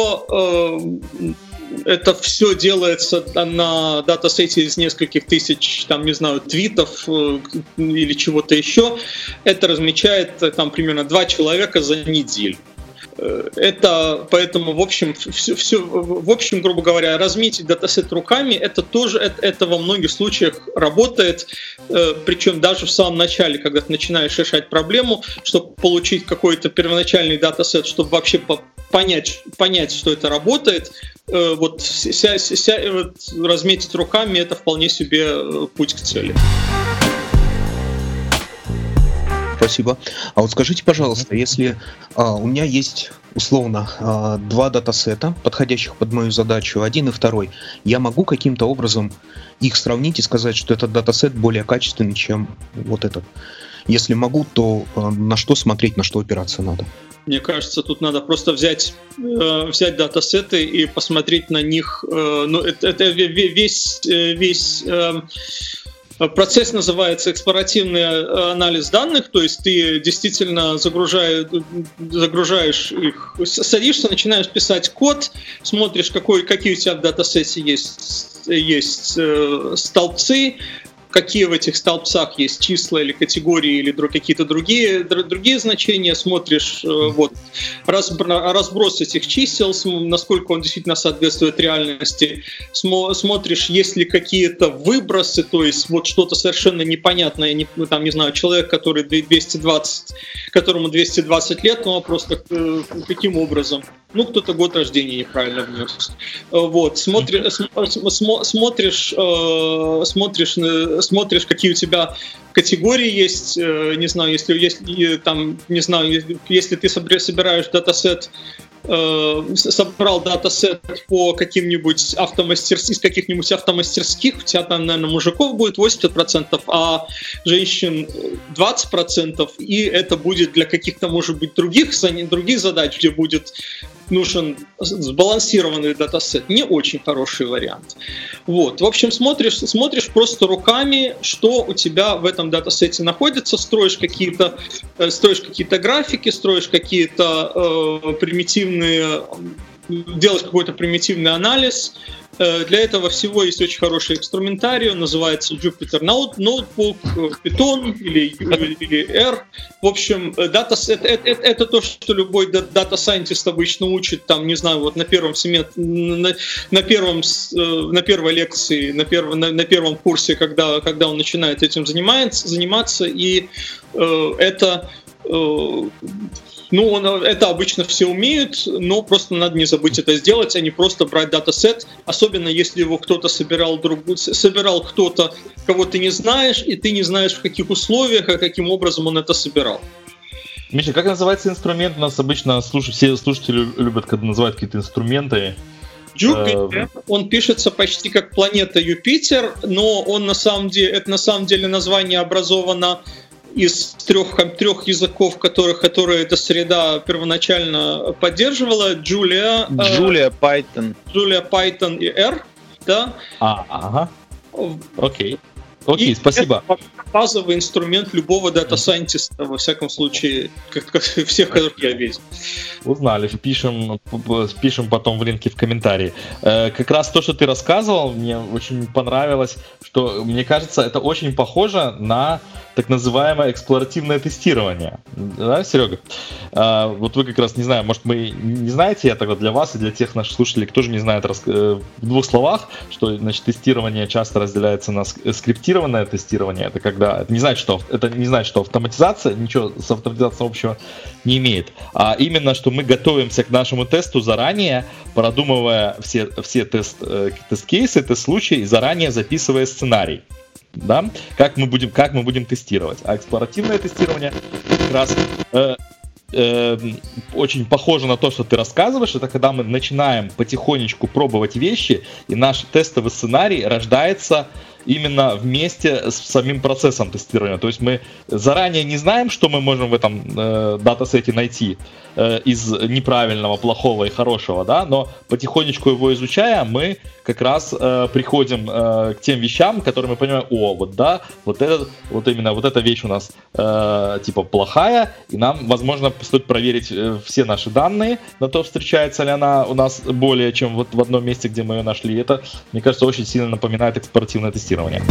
все делается на датасете из нескольких тысяч, там, не знаю, твитов или чего-то еще. Это размечает там примерно 2 человека за неделю. Это, поэтому, в общем, грубо говоря, разметить датасет руками, это во многих случаях работает, причем даже в самом начале, когда ты начинаешь решать проблему, чтобы получить какой-то первоначальный датасет, чтобы вообще понять, что это работает, разметить руками — это вполне себе путь к цели. Спасибо. А вот скажите, пожалуйста, если у меня есть условно 2 датасета, подходящих под мою задачу, 1 и 2, я могу каким-то образом их сравнить и сказать, что этот датасет более качественный, чем вот этот? Если могу, то на что смотреть, на что опираться надо? Мне кажется, тут надо просто взять датасеты и посмотреть на них. Это весь процесс называется эксплоративный анализ данных, то есть ты действительно загружаешь их, садишься, начинаешь писать код, смотришь, какие у тебя в датасете есть столбцы, какие в этих столбцах есть числа или категории или какие-то другие значения, смотришь разброс этих чисел, насколько он действительно соответствует реальности, смотришь, есть ли какие-то выбросы, то есть вот что-то совершенно непонятное, там, не знаю, человек, которому 220 лет, но просто каким образом? Кто-то год рождения неправильно внес. Смотришь, какие у тебя категории есть, не знаю, если ты собираешь датасет, собрал датасет по каким-нибудь из каких-нибудь автомастерских, у тебя там, наверное, мужиков будет 80%, а женщин 20%, и это будет для каких-то, может быть, других задач, где будет нужен сбалансированный датасет. Не очень хороший вариант. В общем, смотришь просто руками, что у тебя в этом датасете находится, строишь какие-то графики, строишь какие-то делаешь какой-то примитивный анализ. Для этого всего есть очень хороший инструментарий, он называется Jupyter Notebook, Python или R. В общем, это то, что любой дата-сайентист обычно учит, там, не знаю, вот на первой лекции, на первом курсе, когда он начинает этим заниматься, и это обычно все умеют, но просто надо не забыть это сделать, а не просто брать датасет, особенно если его кто-то собирал кто-то, кого ты не знаешь, и ты не знаешь, в каких условиях, и каким образом он это собирал. Миша, как называется инструмент? У нас обычно все слушатели любят, когда называют какие-то инструменты. Jupyter, он пишется почти как планета Юпитер, но это на самом деле название образовано из трех языков, которые эта среда первоначально поддерживала: Julia, Python и R, да? Окей, спасибо. Это базовый инструмент любого дата-сайентиста, во всяком случае, всех, которых я видел. Узнали, впишем потом в линки в комментарии. Как раз то, что ты рассказывал, мне очень понравилось, что, мне кажется, это очень похоже на так называемое эксплоративное тестирование. Да, Серега? Вот вы как раз, не знаю, может, вы не знаете, я тогда для вас и для тех наших слушателей, кто же не знает, в 2 словах, что, значит, тестирование часто разделяется на скриптированное тестирование. Это когда это не значит, что автоматизация ничего с автоматизацией общего не имеет, а именно, что мы готовимся к нашему тесту заранее, продумывая все тест-кейсы, тест-случаи, и заранее записывая сценарий. да, как мы будем тестировать. А эксплоративное тестирование как раз очень похоже на то, что ты рассказываешь. Это когда мы начинаем потихонечку пробовать вещи, и наш тестовый сценарий рождается именно вместе с самим процессом тестирования. То есть мы заранее не знаем, что мы можем в этом датасете найти из неправильного, плохого и хорошего, да, но потихонечку его изучая, мы как раз приходим к тем вещам, которые мы понимаем, вот эта вещь у нас типа плохая, и нам, возможно, стоит проверить все наши данные на то, встречается ли она у нас более чем вот в одном месте, где мы ее нашли. Это, мне кажется, очень сильно напоминает экспортивное тестирование.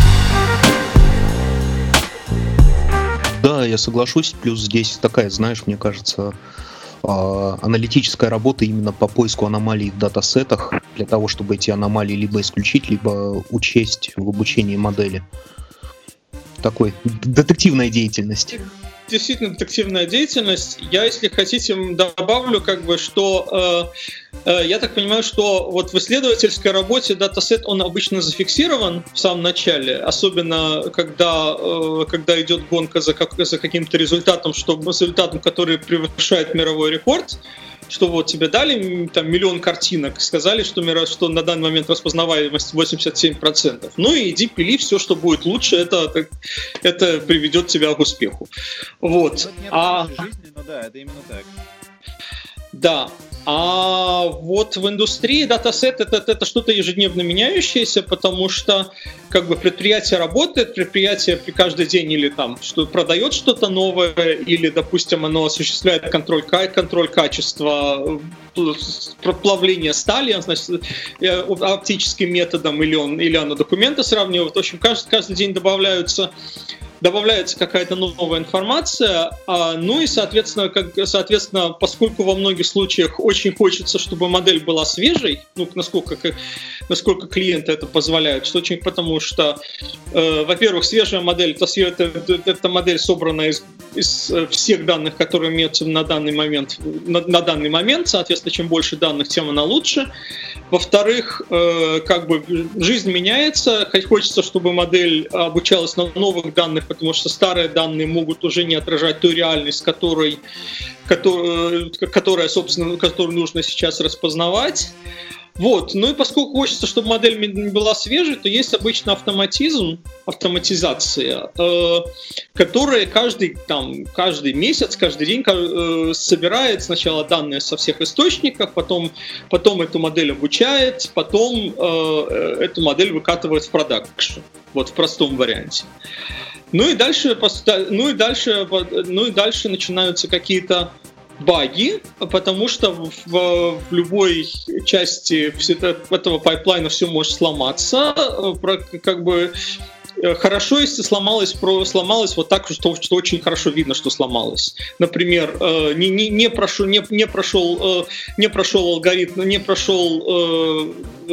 Да, я соглашусь. Плюс здесь такая, знаешь, мне кажется, аналитическая работа именно по поиску аномалий в датасетах, для того, чтобы эти аномалии либо исключить, либо учесть в обучении модели. Такой детективная деятельность. Действительно детективная деятельность. Я, если хотите, добавлю, что я так понимаю, что вот в исследовательской работе датасет, он обычно зафиксирован в самом начале, особенно когда идет гонка за каким-то результатом, который превышает мировой рекорд. Что вот тебе дали там 1 миллион картинок, сказали, что на данный момент распознаваемость 87%. Ну и иди пили все, что будет лучше, это приведет тебя к успеху. Вот. Жизни, но да, это именно так. Да. А вот в индустрии датасет это что-то ежедневно меняющееся, потому что предприятие работает, предприятие при каждый день или продает что-то новое, или, допустим, оно осуществляет контроль качества, плавления стали, значит, оптическим методом, или оно документы сравнивает. В общем, каждый день добавляется какая-то новая информация, ну и, соответственно, поскольку во многих случаях очень хочется, чтобы модель была свежей, насколько клиенты это позволяют, потому что, во-первых, свежая модель — это модель, собранная из всех данных, которые имеются на данный момент, соответственно, чем больше данных, тем она лучше. Во-вторых, жизнь меняется, хочется, чтобы модель обучалась на новых данных, потому что старые данные могут уже не отражать ту реальность, которую нужно сейчас распознавать. Вот. Ну и поскольку хочется, чтобы модель была свежей, то есть обычно автоматизация, которая каждый месяц, каждый день собирает сначала данные со всех источников, потом эту модель обучает, потом эту модель выкатывает в продакшн, вот в простом варианте. Ну и дальше начинаются какие-то баги, потому что в любой части этого пайплайна все может сломаться. Хорошо, если сломалось вот так, что очень хорошо видно, что сломалось. Например, не прошел алгоритм, не прошел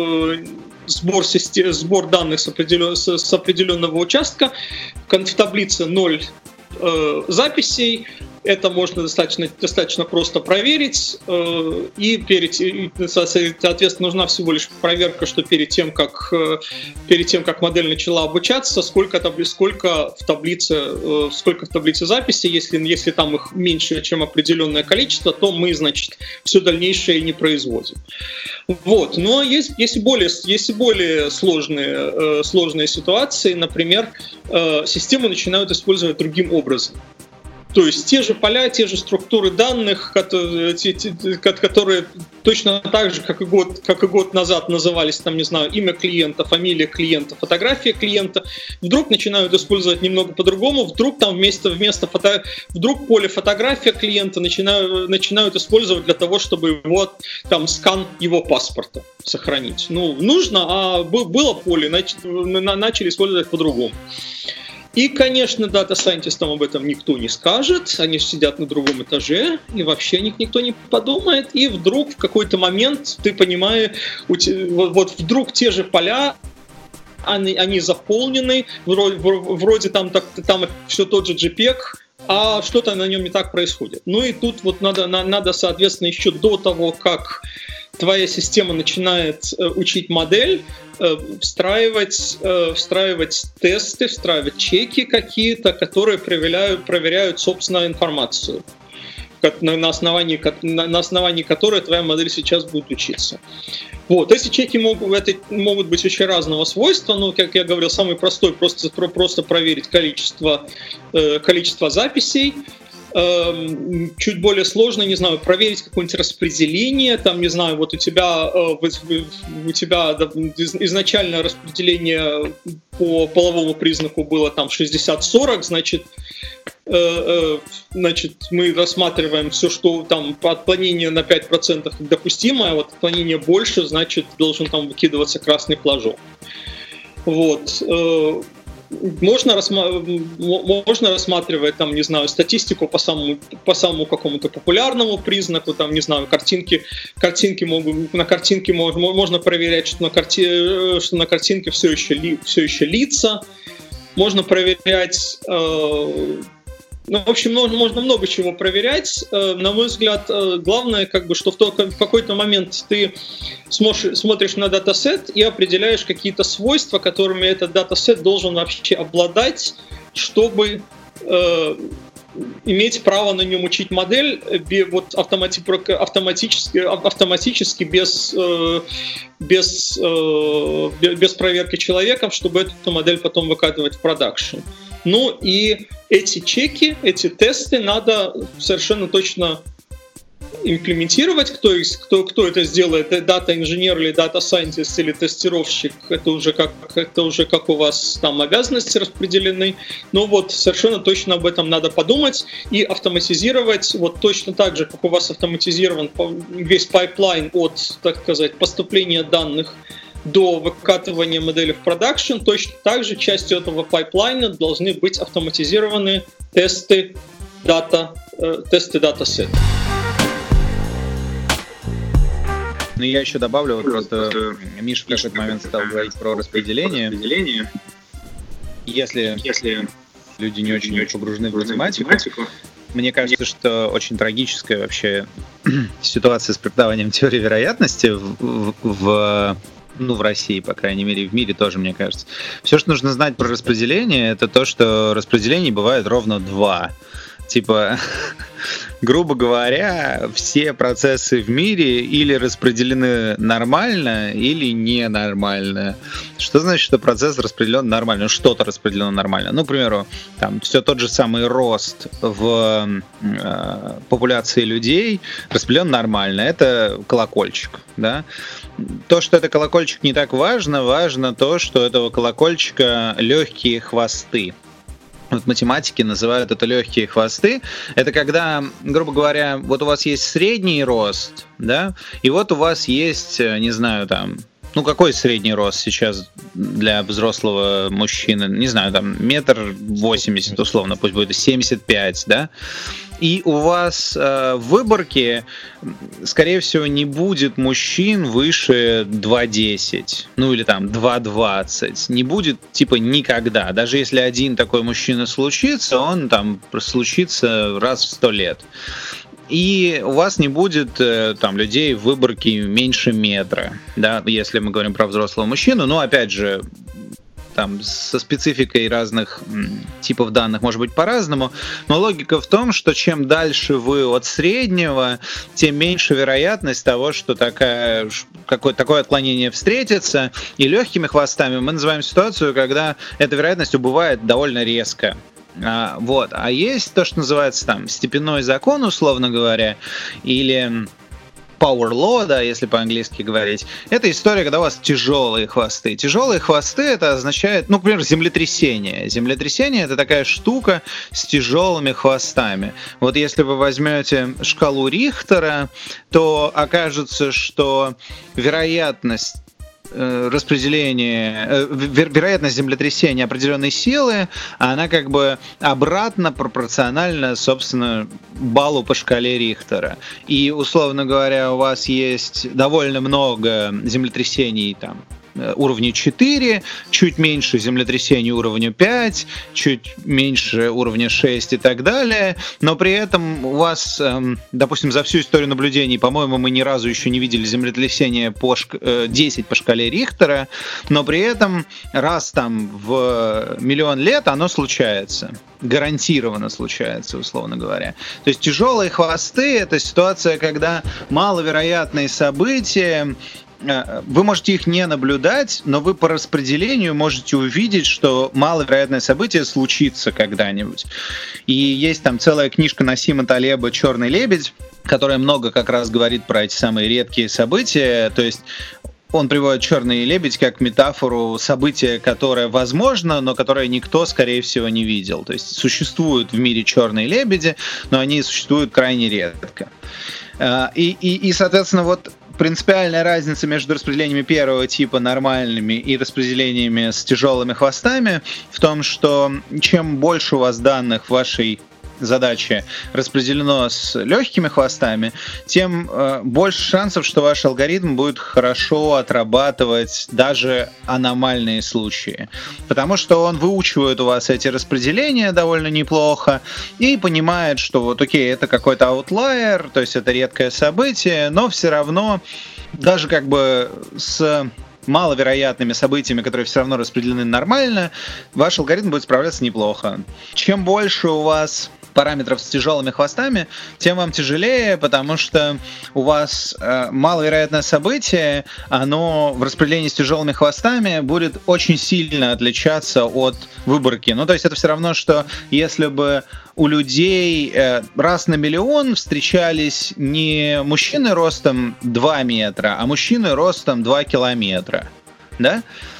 сбор данных с определенного участка, в таблице 0 записей. Это можно достаточно просто проверить, и соответственно, нужна всего лишь проверка, что перед тем, как модель начала обучаться, сколько в таблице записей. Если там их меньше, чем определенное количество, то мы, значит, все дальнейшее не производим. Вот. Но есть и более сложные ситуации. Например, систему начинают использовать другим образом. То есть те же поля, те же структуры данных, которые точно так же, как и год назад назывались, имя клиента, фамилия клиента, фотография клиента, вдруг начинают использовать немного по-другому, вдруг там вдруг поле фотография клиента начинают использовать для того, чтобы скан его паспорта сохранить. Нужно, а было поле, начали использовать по-другому. И, конечно, дата-сайентистам об этом никто не скажет, они сидят на другом этаже, и вообще о них никто не подумает, и вдруг в какой-то момент ты понимаешь, вдруг те же поля, они заполнены, вроде там все тот же JPEG, а что-то на нем не так происходит. Ну и тут вот надо, соответственно, еще до того, как твоя система начинает учить модель, встраивать тесты, встраивать чеки какие-то, которые проверяют собственную информацию, на основании которой твоя модель сейчас будет учиться. Вот. Эти чеки могут быть очень разного свойства, но, как я говорил, самый простой просто проверить количество записей. Чуть более сложно, не знаю, проверить какое-нибудь распределение, там, не знаю, вот у тебя изначально распределение по половому признаку было там 60-40, значит, мы рассматриваем все, что там отклонение на 5% допустимое, а вот отклонение больше, значит, должен там выкидываться красный флажок. Вот. Можно рассматривать, там, не знаю, статистику по самому какому-то популярному признаку, там, не знаю, можно проверять, что на картинке все еще лица, можно проверять, в общем, можно много чего проверять. На мой взгляд, главное, что в какой-то момент ты смотришь на датасет и определяешь какие-то свойства, которыми этот датасет должен вообще обладать, чтобы иметь право на нем учить модель автоматически без проверки человеком, чтобы эту модель потом выкатывать в продакшн. Ну и эти чеки, эти тесты надо совершенно точно имплементировать. Кто это сделает, дата-инженер или дата-сайентист или тестировщик, это уже как у вас там обязанности распределены. Но вот совершенно точно об этом надо подумать и автоматизировать, вот точно так же, как у вас автоматизирован весь пайплайн от, так сказать, поступления данных до выкатывания модели в продакшн, точно так же частью этого пайплайна должны быть автоматизированы тесты датасет. Ну, я еще добавлю, просто Миша в какой-то момент стал говорить про распределение. Если люди не очень погружены в математику, мне кажется, что очень трагическая вообще ситуация с преподаванием теории вероятности в России, по крайней мере, в мире тоже, мне кажется. Все, что нужно знать про распределение, это то, что распределений бывает ровно 2. Типа, грубо говоря, все процессы в мире или распределены нормально, или ненормально. Что значит, что процесс распределен нормально? Что-то распределено нормально. Ну, к примеру, там все тот же самый рост в популяции людей распределен нормально. Это колокольчик, да? То, что это колокольчик, не так важно. Важно то, что у этого колокольчика легкие хвосты. Вот в математике называют это легкие хвосты. Это когда, грубо говоря, вот у вас есть средний рост, да, и вот у вас есть, не знаю, там, какой средний рост сейчас для взрослого мужчины? Не знаю, там, 1,80 м, условно, пусть будет 75, да? И у вас в выборке, скорее всего, не будет мужчин выше 2,10, или там 2,20. Не будет, никогда. Даже если один такой мужчина случится, он там случится раз в 100 лет. И у вас не будет там людей в выборке меньше метра, да, если мы говорим про взрослого мужчину. Но опять же, там со спецификой разных типов данных может быть по-разному, но логика в том, что чем дальше вы от среднего, тем меньше вероятность того, что такое отклонение встретится. И легкими хвостами мы называем ситуацию, когда эта вероятность убывает довольно резко. А есть то, что называется там степенной закон, условно говоря, или power law, да, если по-английски говорить. Это история, когда у вас тяжелые хвосты. Тяжелые хвосты — это означает, например, землетрясение. Землетрясение — это такая штука с тяжелыми хвостами. Вот если вы возьмете шкалу Рихтера, то окажется, что вероятность вероятность землетрясения определенной силы, она как бы обратно пропорциональна, собственно, баллу по шкале Рихтера. И, условно говоря, у вас есть довольно много землетрясений там уровню 4, чуть меньше землетрясений уровню 5, чуть меньше уровня 6 и так далее, но при этом у вас, допустим, за всю историю наблюдений, по-моему, мы ни разу еще не видели землетрясения 10 по шкале Рихтера, но при этом раз там в миллион лет оно случается. Гарантированно случается, условно говоря. То есть тяжелые хвосты — это ситуация, когда маловероятные события, вы можете их не наблюдать, но вы по распределению можете увидеть, что маловероятное событие случится когда-нибудь. И есть там целая книжка Насима Талеба «Черный лебедь», которая много как раз говорит про эти самые редкие события. То есть он приводит «Черный лебедь» как метафору события, которое возможно, но которое никто, скорее всего, не видел. То есть существуют в мире черные лебеди, но они существуют крайне редко. И соответственно, вот принципиальная разница между распределениями первого типа нормальными и распределениями с тяжелыми хвостами в том, что чем больше у вас данных в вашей задачи распределено с легкими хвостами, тем больше шансов, что ваш алгоритм будет хорошо отрабатывать даже аномальные случаи. Потому что он выучивает у вас эти распределения довольно неплохо и понимает, что вот окей, это какой-то аутлайер, то есть это редкое событие, но все равно даже как бы с маловероятными событиями, которые все равно распределены нормально, ваш алгоритм будет справляться неплохо. Чем больше у вас параметров с тяжелыми хвостами, тем вам тяжелее, потому что у вас маловероятное событие, оно в распределении с тяжелыми хвостами будет очень сильно отличаться от выборки. Ну, то есть это все равно, что если бы у людей раз на миллион встречались не мужчины ростом 2 метра, а мужчины ростом 2 километра. Да?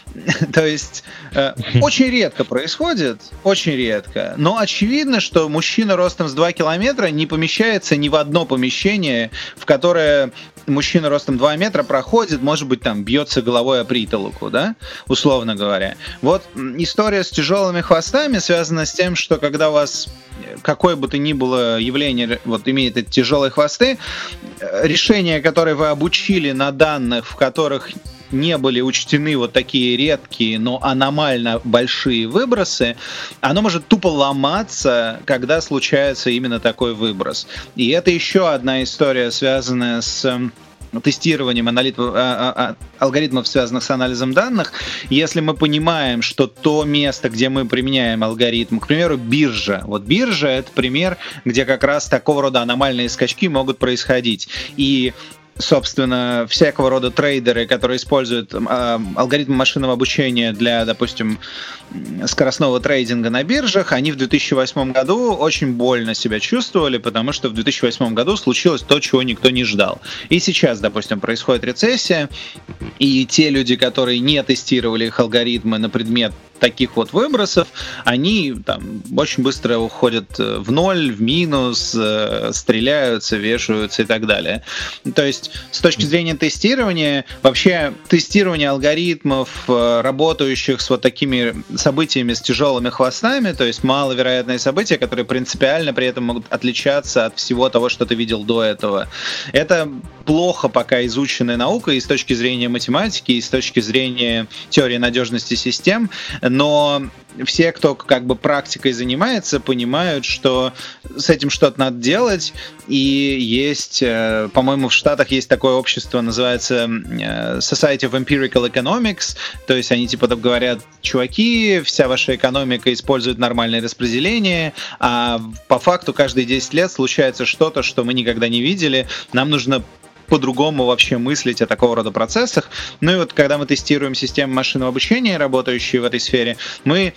То есть очень редко происходит, очень редко, но очевидно, что мужчина ростом с 2 километра не помещается ни в одно помещение, в которое мужчина ростом 2 метра проходит, может быть, там бьется головой о притолоку, да, условно говоря. Вот история с тяжелыми хвостами связана с тем, что когда у вас какое бы то ни было явление вот, имеет эти тяжелые хвосты, решения, которые вы обучили на данных, в которых не были учтены вот такие редкие, но аномально большие выбросы, оно может тупо ломаться, когда случается именно такой выброс. И это еще одна история, связанная с тестированием алгоритмов, связанных с анализом данных. Если мы понимаем, что то место, где мы применяем алгоритм, к примеру, биржа. Вот биржа — это пример, где как раз такого рода аномальные скачки могут происходить. И собственно, всякого рода трейдеры, которые используют алгоритмы машинного обучения для, допустим, скоростного трейдинга на биржах, они в 2008 году очень больно себя чувствовали, потому что в 2008 году случилось то, чего никто не ждал. И сейчас, допустим, происходит рецессия, и те люди, которые не тестировали их алгоритмы на предмет таких вот выбросов, они там очень быстро уходят в ноль, в минус, стреляются, вешаются и так далее. То есть с точки зрения тестирования, вообще тестирование алгоритмов, работающих с вот такими событиями с тяжелыми хвостами, то есть маловероятные события, которые принципиально при этом могут отличаться от всего того, что ты видел до этого. Это плохо пока изученная наука и с точки зрения математики, и с точки зрения теории надежности систем, но все, кто как бы практикой занимается, понимают, что с этим что-то надо делать, и есть, по-моему, в Штатах есть такое общество, называется Society of Empirical Economics, то есть они типа говорят: чуваки, вся ваша экономика использует нормальное распределение, а по факту каждые 10 лет случается что-то, что мы никогда не видели, нам нужно по-другому вообще мыслить о такого рода процессах. Ну и вот когда мы тестируем системы машинного обучения, работающие в этой сфере, мы,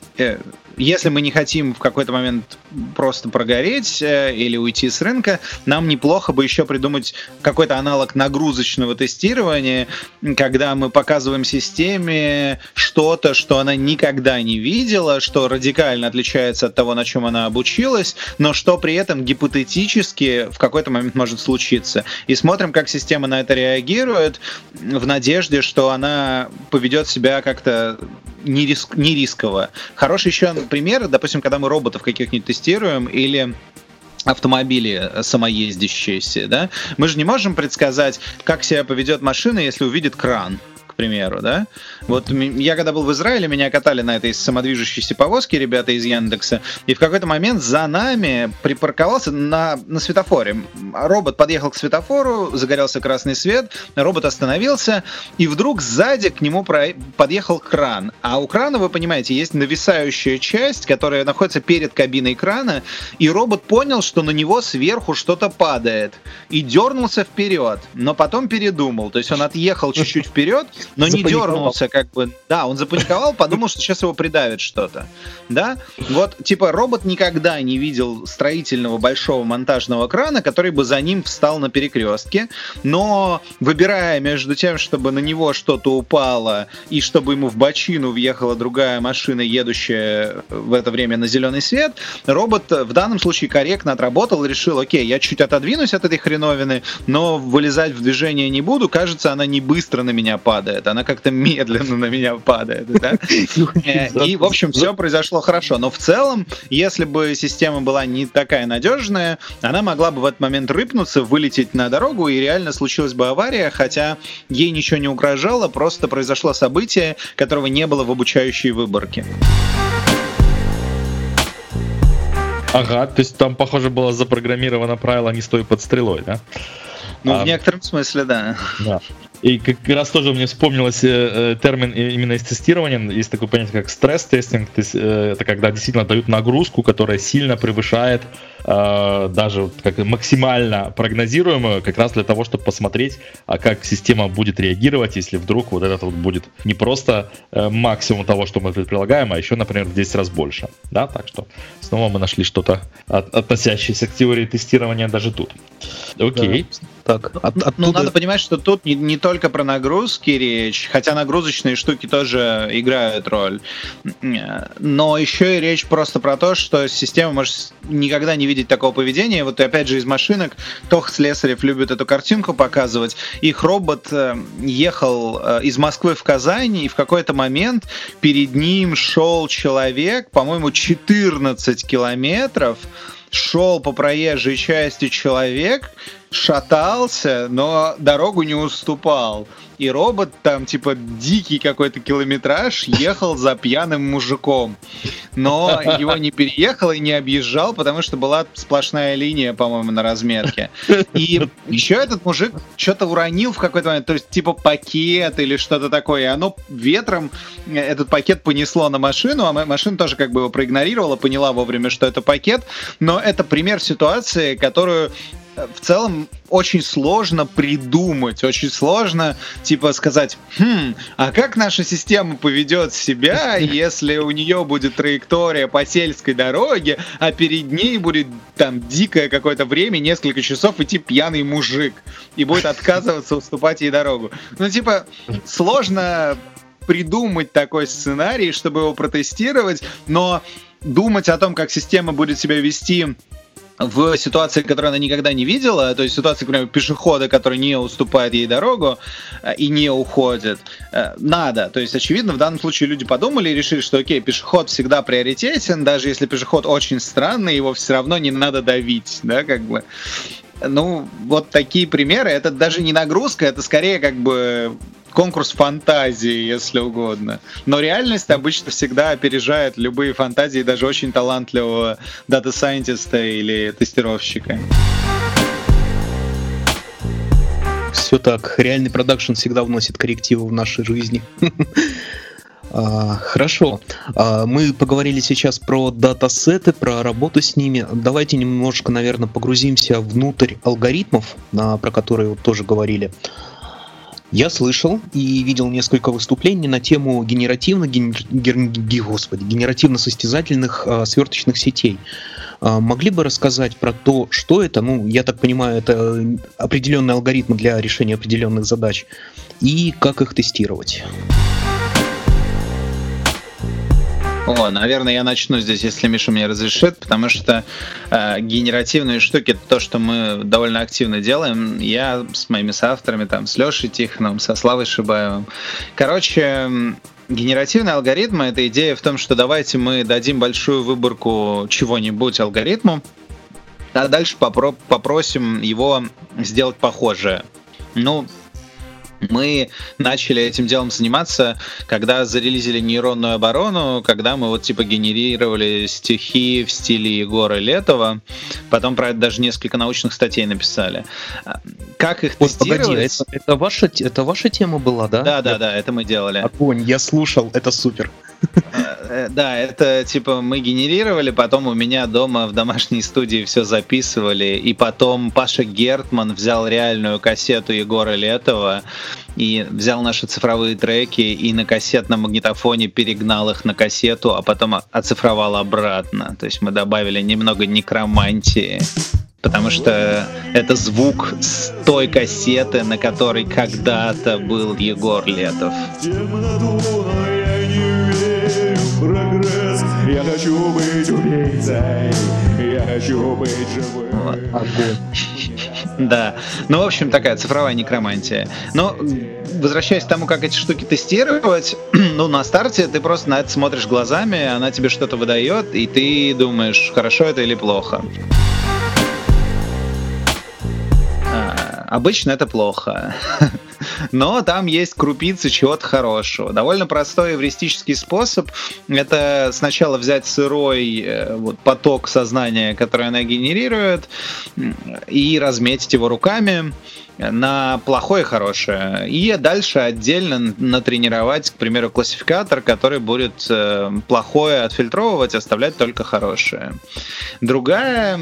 если мы не хотим в какой-то момент просто прогореть или уйти с рынка, нам неплохо бы еще придумать какой-то аналог нагрузочного тестирования, когда мы показываем системе что-то, что она никогда не видела, что радикально отличается от того, на чем она обучилась, но что при этом гипотетически в какой-то момент может случиться. И смотрим, как система на это реагирует, в надежде, что она поведет себя как-то не рисково. Хороший еще пример, допустим, когда мы роботов каких-нибудь тестируем или автомобили самоездящиеся, да, мы же не можем предсказать, как себя поведет машина, если увидит кран, к к примеру, да? Вот я когда был в Израиле, меня катали на этой самодвижущейся повозке ребята из Яндекса, и в какой-то момент за нами припарковался на светофоре. Робот подъехал к светофору, загорелся красный свет, робот остановился, и вдруг сзади к нему подъехал кран. А у крана, вы понимаете, есть нависающая часть, которая находится перед кабиной крана, и робот понял, что на него сверху что-то падает, и дернулся вперед, но потом передумал. То есть он отъехал чуть-чуть вперед, но не дернулся, как бы. Да, он запаниковал, подумал, что сейчас его придавит что-то. Да? Вот, типа, робот никогда не видел строительного большого монтажного крана, который бы за ним встал на перекрестке, но выбирая между тем, чтобы на него что-то упало и чтобы ему в бочину въехала другая машина, едущая в это время на зеленый свет, робот в данном случае корректно отработал и решил: окей, я чуть отодвинусь от этой хреновины, но вылезать в движение не буду. Кажется, она не быстро на меня падает, она как-то медленно на меня падает. Да? И, в общем, все произошло хорошо. Но в целом, если бы система была не такая надежная, она могла бы в этот момент рыпнуться, вылететь на дорогу, и реально случилась бы авария, хотя ей ничего не угрожало, просто произошло событие, которого не было в обучающей выборке. Ага, то есть там, похоже, было запрограммировано правило «не стой под стрелой», да? Ну, в некотором смысле, да. Да. И как раз тоже мне вспомнилось термин именно из тестирования. Есть такое понятие, как стресс-тестинг. То есть это когда действительно дают нагрузку, которая сильно превышает даже как максимально прогнозируемую, как раз для того, чтобы посмотреть, как система будет реагировать, если вдруг вот этот вот будет не просто максимум того, что мы предполагаем, а еще, например, в 10 раз больше. Да? Так что снова мы нашли что-то, относящееся к теории тестирования даже тут. Окей. Да. Так, Ну, надо понимать, что тут не только про нагрузки речь, хотя нагрузочные штуки тоже играют роль, но еще и речь просто про то, что система может никогда не видеть такого поведения. Вот опять же из машинок Тоха Слесарев любит эту картинку показывать. Их робот ехал из Москвы в Казань, и в какой-то момент перед ним шел человек, по-моему, 14 километров, шел по проезжей части человек, шатался, но дорогу не уступал. И робот там, типа, дикий какой-то километраж ехал за пьяным мужиком. Но его не переехал и не объезжал, потому что была сплошная линия, по-моему, на разметке. И еще этот мужик что-то уронил в какой-то момент, то есть, типа, пакет или что-то такое. И оно ветром, этот пакет понесло на машину, а машина тоже как бы его проигнорировала, поняла вовремя, что это пакет. Но это пример ситуации, которую в целом очень сложно придумать, очень сложно, типа, сказать: а как наша система поведет себя, если у нее будет траектория по сельской дороге, а перед ней будет там дикое какое-то время, несколько часов идти пьяный мужик и будет отказываться уступать ей дорогу. Ну, типа, сложно придумать такой сценарий, чтобы его протестировать, но думать о том, как система будет себя вести в ситуации, которую она никогда не видела, то есть ситуация, например, пешехода, который не уступает ей дорогу и не уходит, надо. То есть, очевидно, в данном случае люди подумали и решили, что окей, пешеход всегда приоритетен, даже если пешеход очень странный, его все равно не надо давить, да, как бы. Ну, вот такие примеры, это даже не нагрузка, это скорее как бы конкурс фантазии, если угодно. Но реальность обычно всегда опережает любые фантазии даже очень талантливого дата-сайентиста или тестировщика. Все так. Реальный продакшн всегда вносит коррективы в нашей жизни. Хорошо. Мы поговорили сейчас про датасеты, про работу с ними. Давайте немножко, наверное, погрузимся внутрь алгоритмов, про которые вот тоже говорили. Я слышал и видел несколько выступлений на тему генеративно-состязательных сверточных сетей. Могли бы рассказать про то, что это? Ну, я так понимаю, это определенные алгоритмы для решения определенных задач. И как их тестировать? Наверное, я начну здесь, если Миша мне разрешит, потому что генеративные штуки — это то, что мы довольно активно делаем. Я с моими соавторами, там, с Лешей Тихоновым, со Славой Шибаевым. Короче, генеративные алгоритмы — это идея в том, что давайте мы дадим большую выборку чего-нибудь алгоритму, а дальше попросим его сделать похожее. Ну, Мы начали этим делом заниматься, когда зарелизили нейронную оборону, когда мы вот типа генерировали стихи в стиле Егора Летова, потом про это даже несколько научных статей написали. Как их тестировать? Погоди, это ваша тема была, да? Да, это мы делали. Огонь, я слушал, это супер. Да, это типа мы генерировали, потом у меня дома в домашней студии все записывали, и потом Паша Гертман взял реальную кассету Егора Летова и взял наши цифровые треки и на кассетном магнитофоне перегнал их на кассету, а потом оцифровал обратно. То есть мы добавили немного некромантии. Потому что это звук с той кассеты, на которой когда-то был Егор Летов. Я хочу быть убийцей, я хочу быть живым. Вот. Да. Ну, в общем, такая цифровая некромантия. Но, возвращаясь к тому, как эти штуки тестировать, ну, на старте ты просто на это смотришь глазами, она тебе что-то выдает, и ты думаешь, хорошо это или плохо. Обычно это плохо, но там есть крупицы чего-то хорошего. Довольно простой эвристический способ — это сначала взять сырой вот, поток сознания, который она генерирует, и разметить его руками на плохое и хорошее. И дальше отдельно натренировать, к примеру, классификатор, который будет плохое отфильтровывать, оставлять только хорошее. Другая,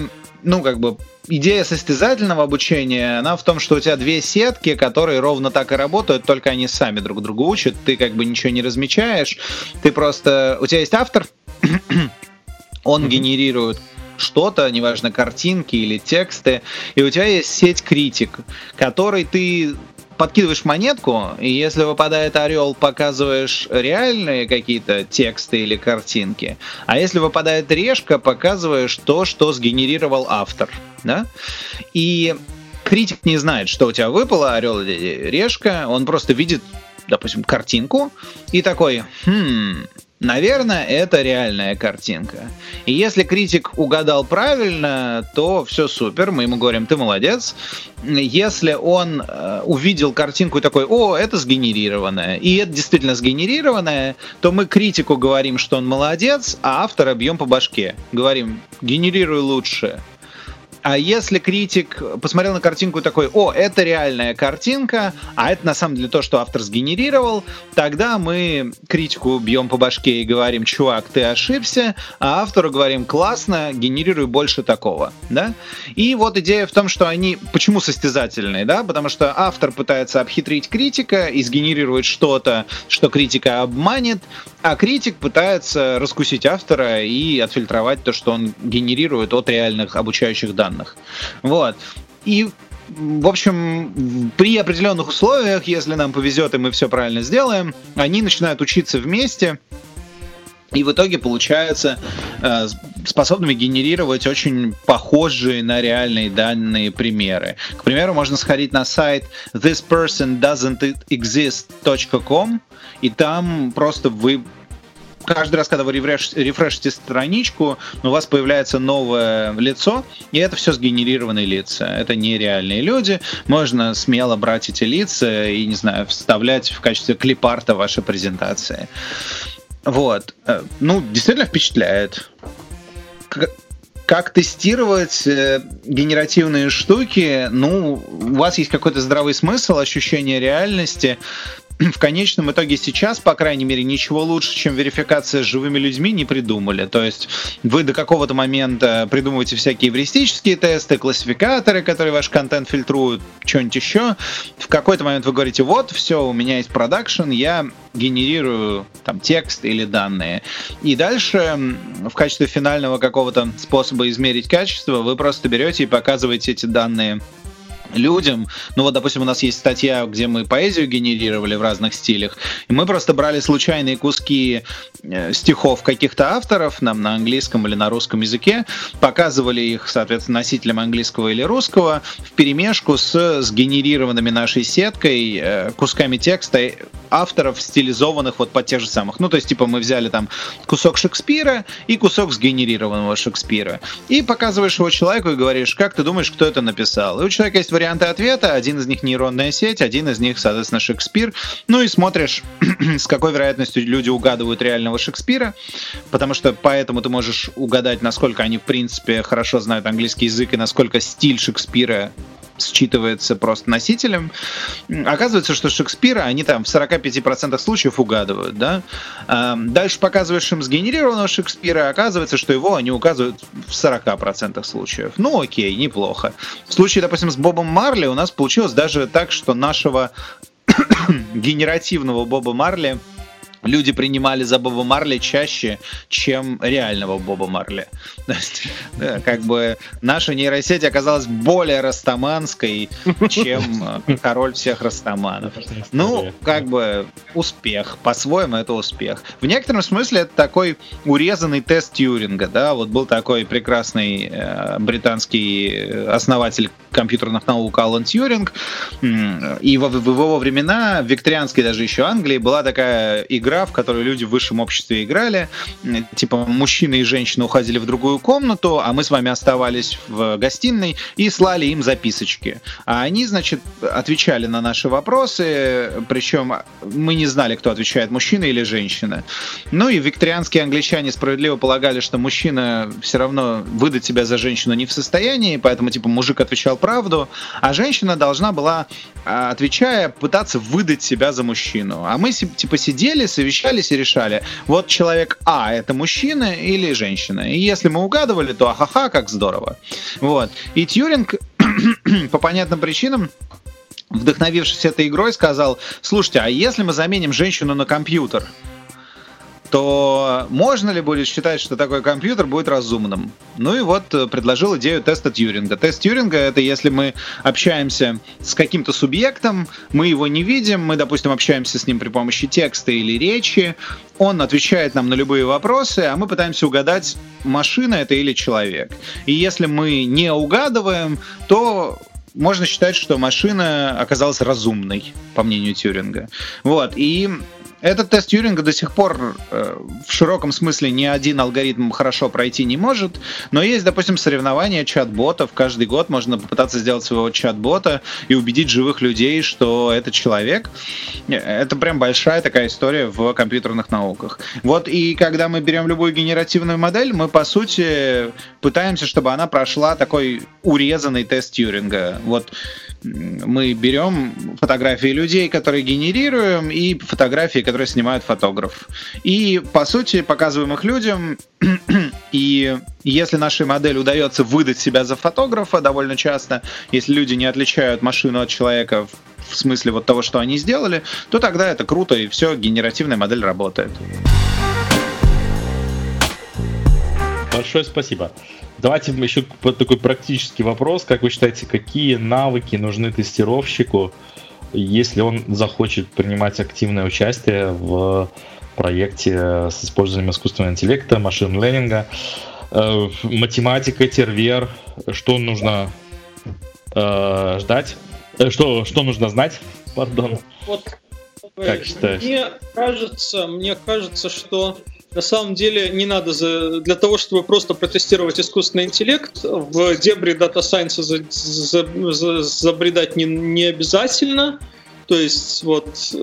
идея состязательного обучения, она в том, что у тебя две сетки, которые ровно так и работают, только они сами друг друга учат, ты ничего не размечаешь, у тебя есть автор, он генерирует что-то, неважно, картинки или тексты, и у тебя есть сеть критик, которой ты подкидываешь монетку, и если выпадает орел, показываешь реальные какие-то тексты или картинки, а если выпадает решка, показываешь то, что сгенерировал автор. Да? И критик не знает, что у тебя выпало, орел или решка, он просто видит, допустим, картинку и такой, наверное, это реальная картинка. И если критик угадал правильно, то все супер, мы ему говорим, ты молодец. Если он увидел картинку и такой, это сгенерированное, и это действительно сгенерированное, то мы критику говорим, что он молодец, а автора бьем по башке. Говорим, генерируй лучше. А если критик посмотрел на картинку и такой, это реальная картинка, а это на самом деле то, что автор сгенерировал, тогда мы критику бьем по башке и говорим, чувак, ты ошибся, а автору говорим, классно, генерируй больше такого. Да? И вот идея в том, что они, почему состязательные, да? Потому что автор пытается обхитрить критика и сгенерировать что-то, что критика обманет, а критик пытается раскусить автора и отфильтровать то, что он генерирует от реальных обучающих данных. Вот. И, в общем, при определенных условиях, если нам повезет и мы все правильно сделаем, они начинают учиться вместе, и в итоге получаются способными генерировать очень похожие на реальные данные примеры. К примеру, можно сходить на сайт thispersondoesn'texist.com, и там просто вы каждый раз, когда вы рефрешите страничку, у вас появляется новое лицо, и это все сгенерированные лица. Это не реальные люди. Можно смело брать эти лица и, не знаю, вставлять в качестве клипарта вашей презентации. Вот. Действительно впечатляет. Как тестировать генеративные штуки? У вас есть какой-то здравый смысл, ощущение реальности. В конечном итоге сейчас, по крайней мере, ничего лучше, чем верификация с живыми людьми, не придумали. То есть вы до какого-то момента придумываете всякие эвристические тесты, классификаторы, которые ваш контент фильтруют, что-нибудь еще. В какой-то момент вы говорите, вот, все, у меня есть продакшн, я генерирую там текст или данные. И дальше в качестве финального какого-то способа измерить качество вы просто берете и показываете эти данные людям. Допустим, у нас есть статья, где мы поэзию генерировали в разных стилях, и мы просто брали случайные куски стихов каких-то авторов, нам на английском или на русском языке, показывали их, соответственно, носителям английского или русского вперемешку с сгенерированными нашей сеткой кусками текста авторов, стилизованных вот под тех же самых. То есть, мы взяли там кусок Шекспира и кусок сгенерированного Шекспира. И показываешь его человеку и говоришь, как ты думаешь, кто это написал? И у человека есть вариант варианты ответа, один из них нейронная сеть, один из них, соответственно, Шекспир. Ну и смотришь, с какой вероятностью люди угадывают реального Шекспира, потому что поэтому ты можешь угадать, насколько они, в принципе, хорошо знают английский язык и насколько стиль Шекспира считывается просто носителем. Оказывается, что Шекспира они там в 45% случаев угадывают, да? Дальше показываешь им сгенерированного Шекспира, оказывается, что его они указывают в 40% случаев. Ну окей, неплохо. В случае, допустим, с Бобом Марли у нас получилось даже так, что нашего генеративного Боба Марли люди принимали за Боба Марли чаще, чем реального Боба Марли. То есть, да, как бы наша нейросеть оказалась более растаманской, чем король всех растаманов. Ну, как бы успех. По-своему это успех. В некотором смысле это такой урезанный тест Тьюринга. Да? Вот был такой прекрасный британский основатель компьютерных наук Алан Тьюринг. И в его времена, в викторианской даже еще Англии, была такая игра, в которой люди в высшем обществе играли. Типа мужчины и женщины уходили в другую комнату, а мы с вами оставались в гостиной и слали им записочки. А они, значит, отвечали на наши вопросы, причем мы не знали, кто отвечает, мужчина или женщина. Ну и викторианские англичане справедливо полагали, что мужчина все равно выдать себя за женщину не в состоянии, поэтому типа мужик отвечал правду, а женщина должна была, отвечая, пытаться выдать себя за мужчину. А мы типа сидели, совещались и решали, вот человек А это мужчина или женщина. И если мы угадывали, то ахаха, как здорово. Вот. И Тьюринг по понятным причинам, вдохновившись этой игрой, сказал: слушайте, а если мы заменим женщину на компьютер, то можно ли будет считать, что такой компьютер будет разумным? Ну и вот предложил идею теста Тьюринга. Тест Тьюринга — это если мы общаемся с каким-то субъектом, мы его не видим, мы, допустим, общаемся с ним при помощи текста или речи, он отвечает нам на любые вопросы, а мы пытаемся угадать, машина это или человек. И если мы не угадываем, то можно считать, что машина оказалась разумной, по мнению Тьюринга. Вот, и этот тест Тьюринга до сих пор в широком смысле ни один алгоритм хорошо пройти не может, но есть, допустим, соревнования чат-ботов. Каждый год можно попытаться сделать своего чат-бота и убедить живых людей, что это человек. Это прям большая такая история в компьютерных науках. Вот и когда мы берем любую генеративную модель, мы, по сути, пытаемся, чтобы она прошла такой урезанный тест Тьюринга. Вот мы берем фотографии людей, которые генерируем, и фотографии, которые снимает фотограф. И, по сути, показываем их людям, и если нашей модели удается выдать себя за фотографа довольно часто, если люди не отличают машину от человека в смысле вот того, что они сделали, то тогда это круто, и все, генеративная модель работает. Большое спасибо. Давайте еще такой практический вопрос. Как вы считаете, какие навыки нужны тестировщику, если он захочет принимать активное участие в проекте с использованием искусственного интеллекта, машин-лернинга, математика, тервер, что нужно ждать, что нужно знать, пардон. Вот, как считаешь? Мне кажется, что на самом деле не надо для того, чтобы просто протестировать искусственный интеллект, в дебри Data Science забредать не обязательно. То есть вот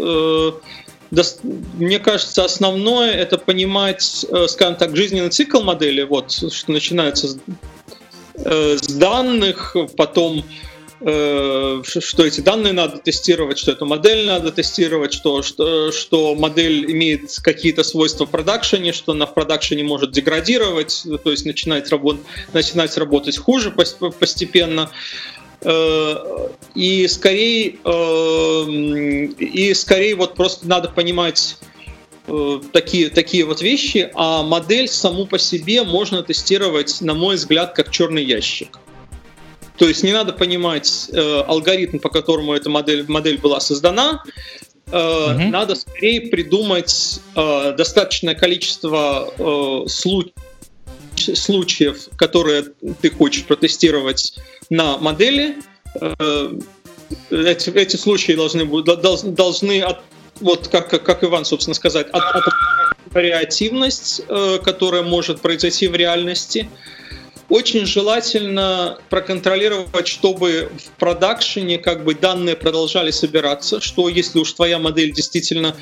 мне кажется, основное это понимать, скажем так, жизненный цикл модели. Вот что начинается с данных, потом что эти данные надо тестировать, что эту модель надо тестировать, что модель имеет какие-то свойства в продакшене, что она в продакшене может деградировать, то есть начинать работать хуже постепенно. И скорее вот просто надо понимать такие вот вещи, а модель саму по себе можно тестировать, на мой взгляд, как черный ящик. То есть не надо понимать алгоритм, по которому эта модель была создана. Надо скорее придумать достаточное количество случаев, которые ты хочешь протестировать на модели. Эти случаи должны вот как Иван, собственно, сказать, от вариативность, которая может произойти в реальности. очень желательно проконтролировать, чтобы в продакшене как бы данные продолжали собираться, что если уж твоя модель действительно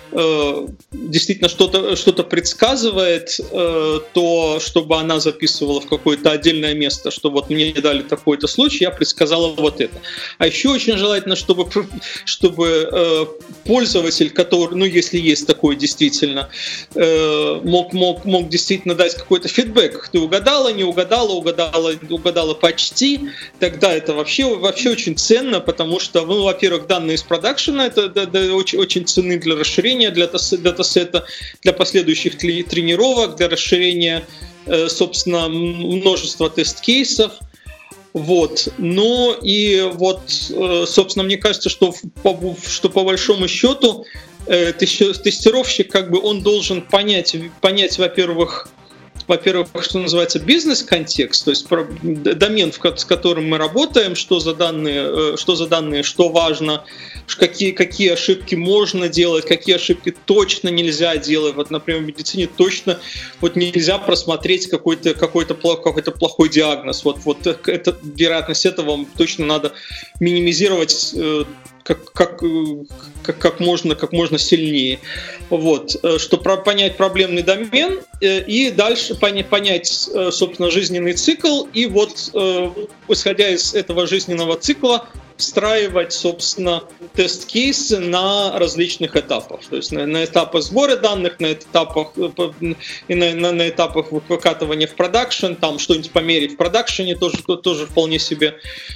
что-то предсказывает, то чтобы она записывала в какое-то отдельное место, что вот мне дали такой-то случай, я предсказала вот это. А еще очень желательно, чтобы пользователь, который, ну если есть такой действительно, мог действительно дать какой-то фидбэк. Ты угадала, не угадала, угадала почти, тогда это вообще очень ценно, потому что, ну, во-первых, данные из продакшена это очень ценны для расширения, для датасета, для последующих тренировок, для расширения, собственно, множества тест-кейсов. Вот. Ну и вот, собственно, мне кажется, что по большому счету тестировщик, как бы, он должен понять, во-первых, что называется бизнес-контекст, то есть домен, с которым мы работаем, что за данные, что важно, какие ошибки можно делать, какие ошибки точно нельзя делать. Вот, например, в медицине точно вот нельзя просмотреть какой-то плохой диагноз. Вот это, вероятность этого точно надо минимизировать как можно сильнее. Вот. Чтобы понять проблемный домен и дальше понять, собственно, жизненный цикл, и вот, исходя из этого жизненного цикла, встраивать, собственно, тест-кейсы на различных этапах. То есть на этапах сбора данных, на этапах выкатывания в продакшн, там что-нибудь померить в продакшене тоже вполне себе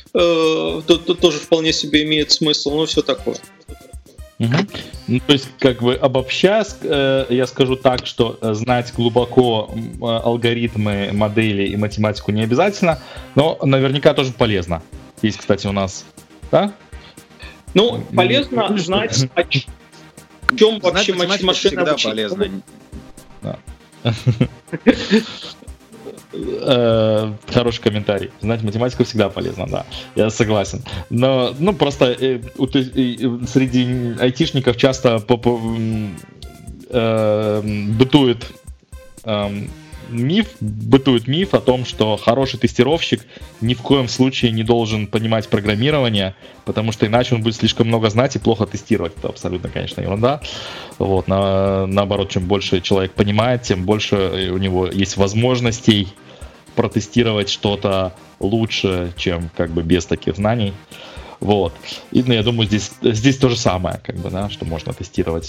имеет смысл, ну все такое. Угу. Ну, то есть, как бы обобщая, я скажу так, что знать глубоко алгоритмы, модели и математику не обязательно, но наверняка тоже полезно. Есть, кстати, у нас, да? Ну, полезно знать, о чем вообще машина обучения. Полезно. Да. Хороший комментарий. Знать математику всегда полезно, да. Я согласен. Но, ну, просто среди айтишников часто бытует миф о том, что хороший тестировщик ни в коем случае не должен понимать программирование, потому что иначе он будет слишком много знать и плохо тестировать. Это абсолютно, конечно, ерунда. Вот, наоборот, чем больше человек понимает, тем больше у него есть возможностей протестировать что-то лучше, чем как бы без таких знаний. Вот. И, ну, я думаю, здесь то же самое, как бы, да, что можно тестировать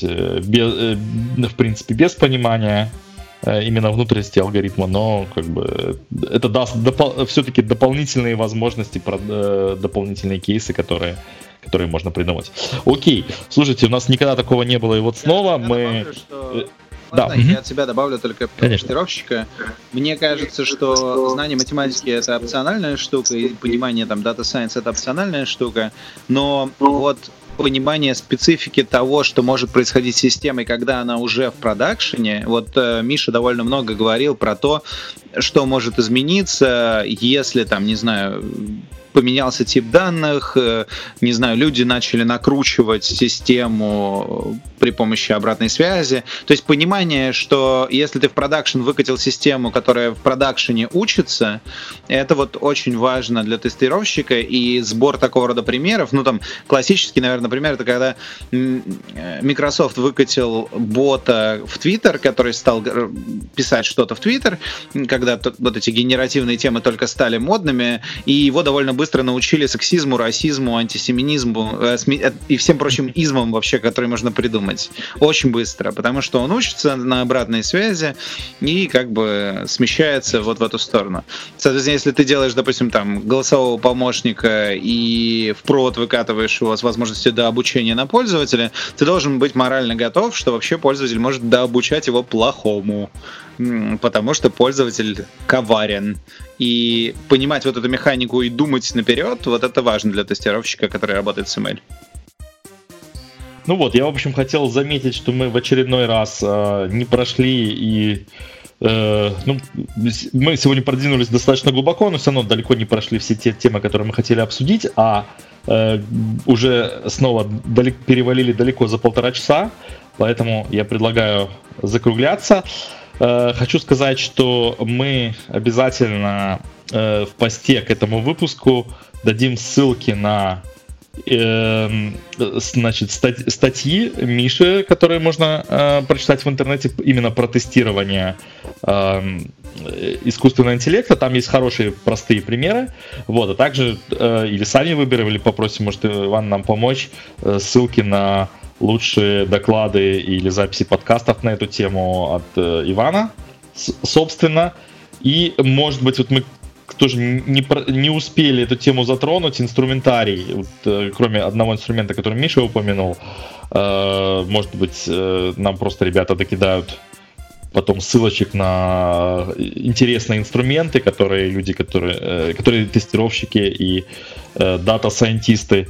в принципе без понимания именно внутренности алгоритма, но как бы это даст все-таки дополнительные возможности, дополнительные кейсы, которые можно придумать. Окей, слушайте, у нас никогда такого не было, и вот снова мы... Да. Я от себя добавлю только тестировщика. Мне кажется, что знание математики — это опциональная штука, и понимание там Data Science — это опциональная штука, но вот понимание специфики того, что может происходить с системой, когда она уже в продакшене. Вот Миша довольно много говорил про то, что может измениться, если там, не знаю, поменялся тип данных, не знаю, люди начали накручивать систему при помощи обратной связи. То есть понимание, что если ты в продакшн выкатил систему, которая в продакшене учится, это вот очень важно для тестировщика, и сбор такого рода примеров, ну там классический, наверное, пример, это когда Microsoft выкатил бота в Twitter, который стал писать что-то в Twitter, когда вот эти генеративные темы только стали модными, и его довольно быстро научили сексизму, расизму, антисеминизму и всем прочим измам вообще, которые можно придумать. Очень быстро, потому что он учится на обратной связи и как бы смещается вот в эту сторону. Соответственно, если ты делаешь, допустим, там голосового помощника и в прод выкатываешь его с возможностью дообучения на пользователя, ты должен быть морально готов, что вообще пользователь может дообучать его плохому, потому что пользователь коварен. И понимать вот эту механику и думать наперед, вот это важно для тестировщика, который работает с ML. Ну вот, я, в общем, хотел заметить, что мы в очередной раз не прошли и... мы сегодня продвинулись достаточно глубоко, но все равно далеко не прошли все те темы, которые мы хотели обсудить, а уже снова перевалили далеко за 1,5 часа, поэтому я предлагаю закругляться. Хочу сказать, что мы обязательно в посте к этому выпуску дадим ссылки на значит, статьи Миши, которые можно прочитать в интернете именно про тестирование искусственного интеллекта. Там есть хорошие, простые примеры. Вот, а также или сами выберем, или попросим, может, Иван нам помочь, ссылки на лучшие доклады или записи подкастов на эту тему от Ивана, собственно. И, может быть, вот мы тоже не успели эту тему затронуть, инструментарий, вот, кроме одного инструмента, который Миша упомянул. Может быть, нам просто ребята докидают потом ссылочек на интересные инструменты, которые люди, которые тестировщики и дата-сайентисты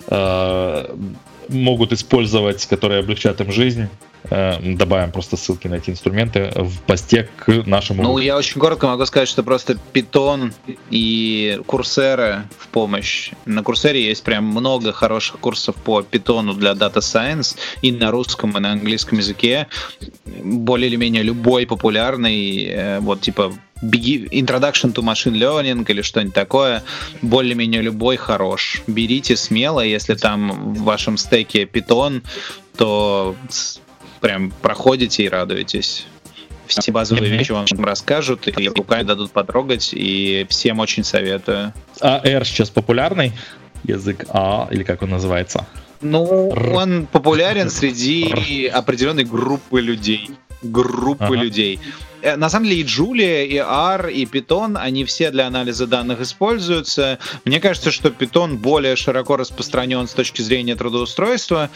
могут использовать, которые облегчат им жизнь. Добавим просто ссылки на эти инструменты в посте к нашему... Ну, я очень коротко могу сказать, что просто Python и Coursera в помощь. На Coursera есть прям много хороших курсов по Python для Data Science и на русском, и на английском языке. Более или менее любой популярный, вот типа Introduction to Machine Learning или что-нибудь такое, более-менее любой хорош. Берите смело, если там в вашем стеке Python, то прям проходите и радуетесь. Все базовые вещи вам расскажут и руками дадут потрогать, и всем очень советую. А R сейчас популярный язык, или как он называется? Ну, он популярен среди определенной группы людей. Людей. На самом деле и Julia, и R, и Python, они все для анализа данных используются. Мне кажется, что Python более широко распространен с точки зрения трудоустройства,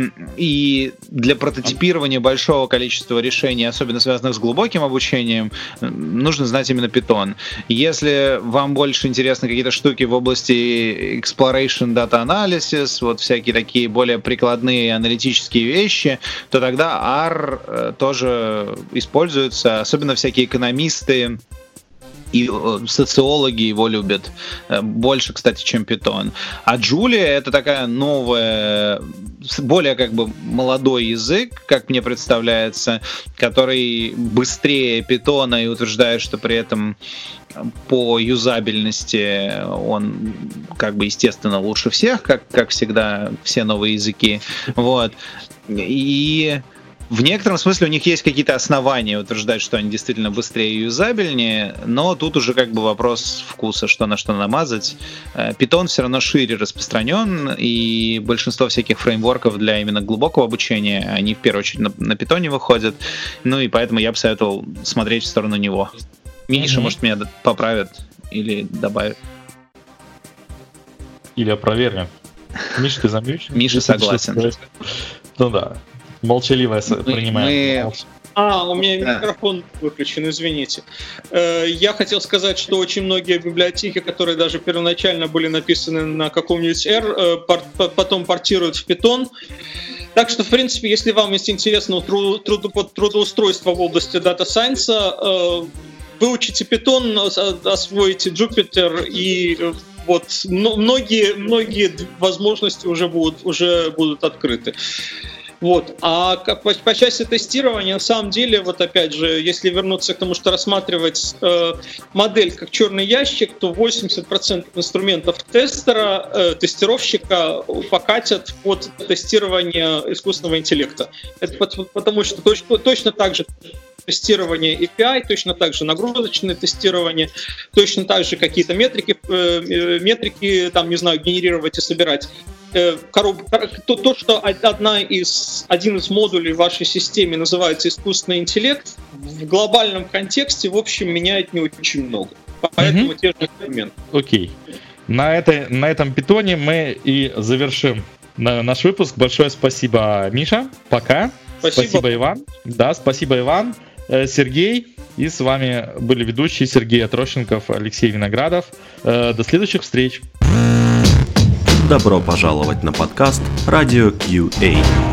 и для прототипирования большого количества решений, особенно связанных с глубоким обучением, нужно знать именно Python. Если вам больше интересны какие-то штуки в области exploration data analysis, вот всякие такие более прикладные аналитические вещи, то тогда R тоже используется. Особенно всякие экономисты и социологи его любят. Больше, кстати, чем Python. А Julia — это такая новая, более как бы молодой язык, как мне представляется, который быстрее Python и утверждает, что при этом по юзабельности он, как бы, естественно, лучше всех, как всегда, все новые языки. Вот. И в некотором смысле у них есть какие-то основания утверждать, что они действительно быстрее и юзабельнее, но тут уже как бы вопрос вкуса, что на что намазать. Python все равно шире распространен, и большинство всяких фреймворков для именно глубокого обучения, они в первую очередь на Python выходят, ну и поэтому я бы советовал смотреть в сторону него. Миша, может, меня поправит или добавит. Или опровергнет. Миша, ты замьючен? Миша согласен. Ну да. Молчаливая принимаем. У меня микрофон выключен, извините. Я хотел сказать, что очень многие библиотеки, которые даже первоначально были написаны на каком-нибудь R, потом портируют в Python. Так что, в принципе, если вам есть интересно трудоустройство в области Data Science, выучите Python, освоите Jupyter, и вот многие возможности уже будут открыты. Вот. А по части тестирования, на самом деле, вот опять же, если вернуться к тому, что рассматривать модель как черный ящик, то 80% инструментов тестировщика покатят под тестирование искусственного интеллекта. Это потому что точно так же тестирование API, точно так же нагрузочное тестирование, точно так же какие-то метрики там, не знаю, генерировать и собирать. То, что один из модулей в вашей системе называется искусственный интеллект, в глобальном контексте, в общем, меняет не очень много. Поэтому те же инструменты. Окей. На этом питоне мы и завершим наш выпуск. Большое спасибо, Миша. Пока. Спасибо, Иван. Да, спасибо, Иван. Сергей. И с вами были ведущие Сергей Отрощенков, Алексей Виноградов. До следующих встреч. Добро пожаловать на подкаст Radio QA.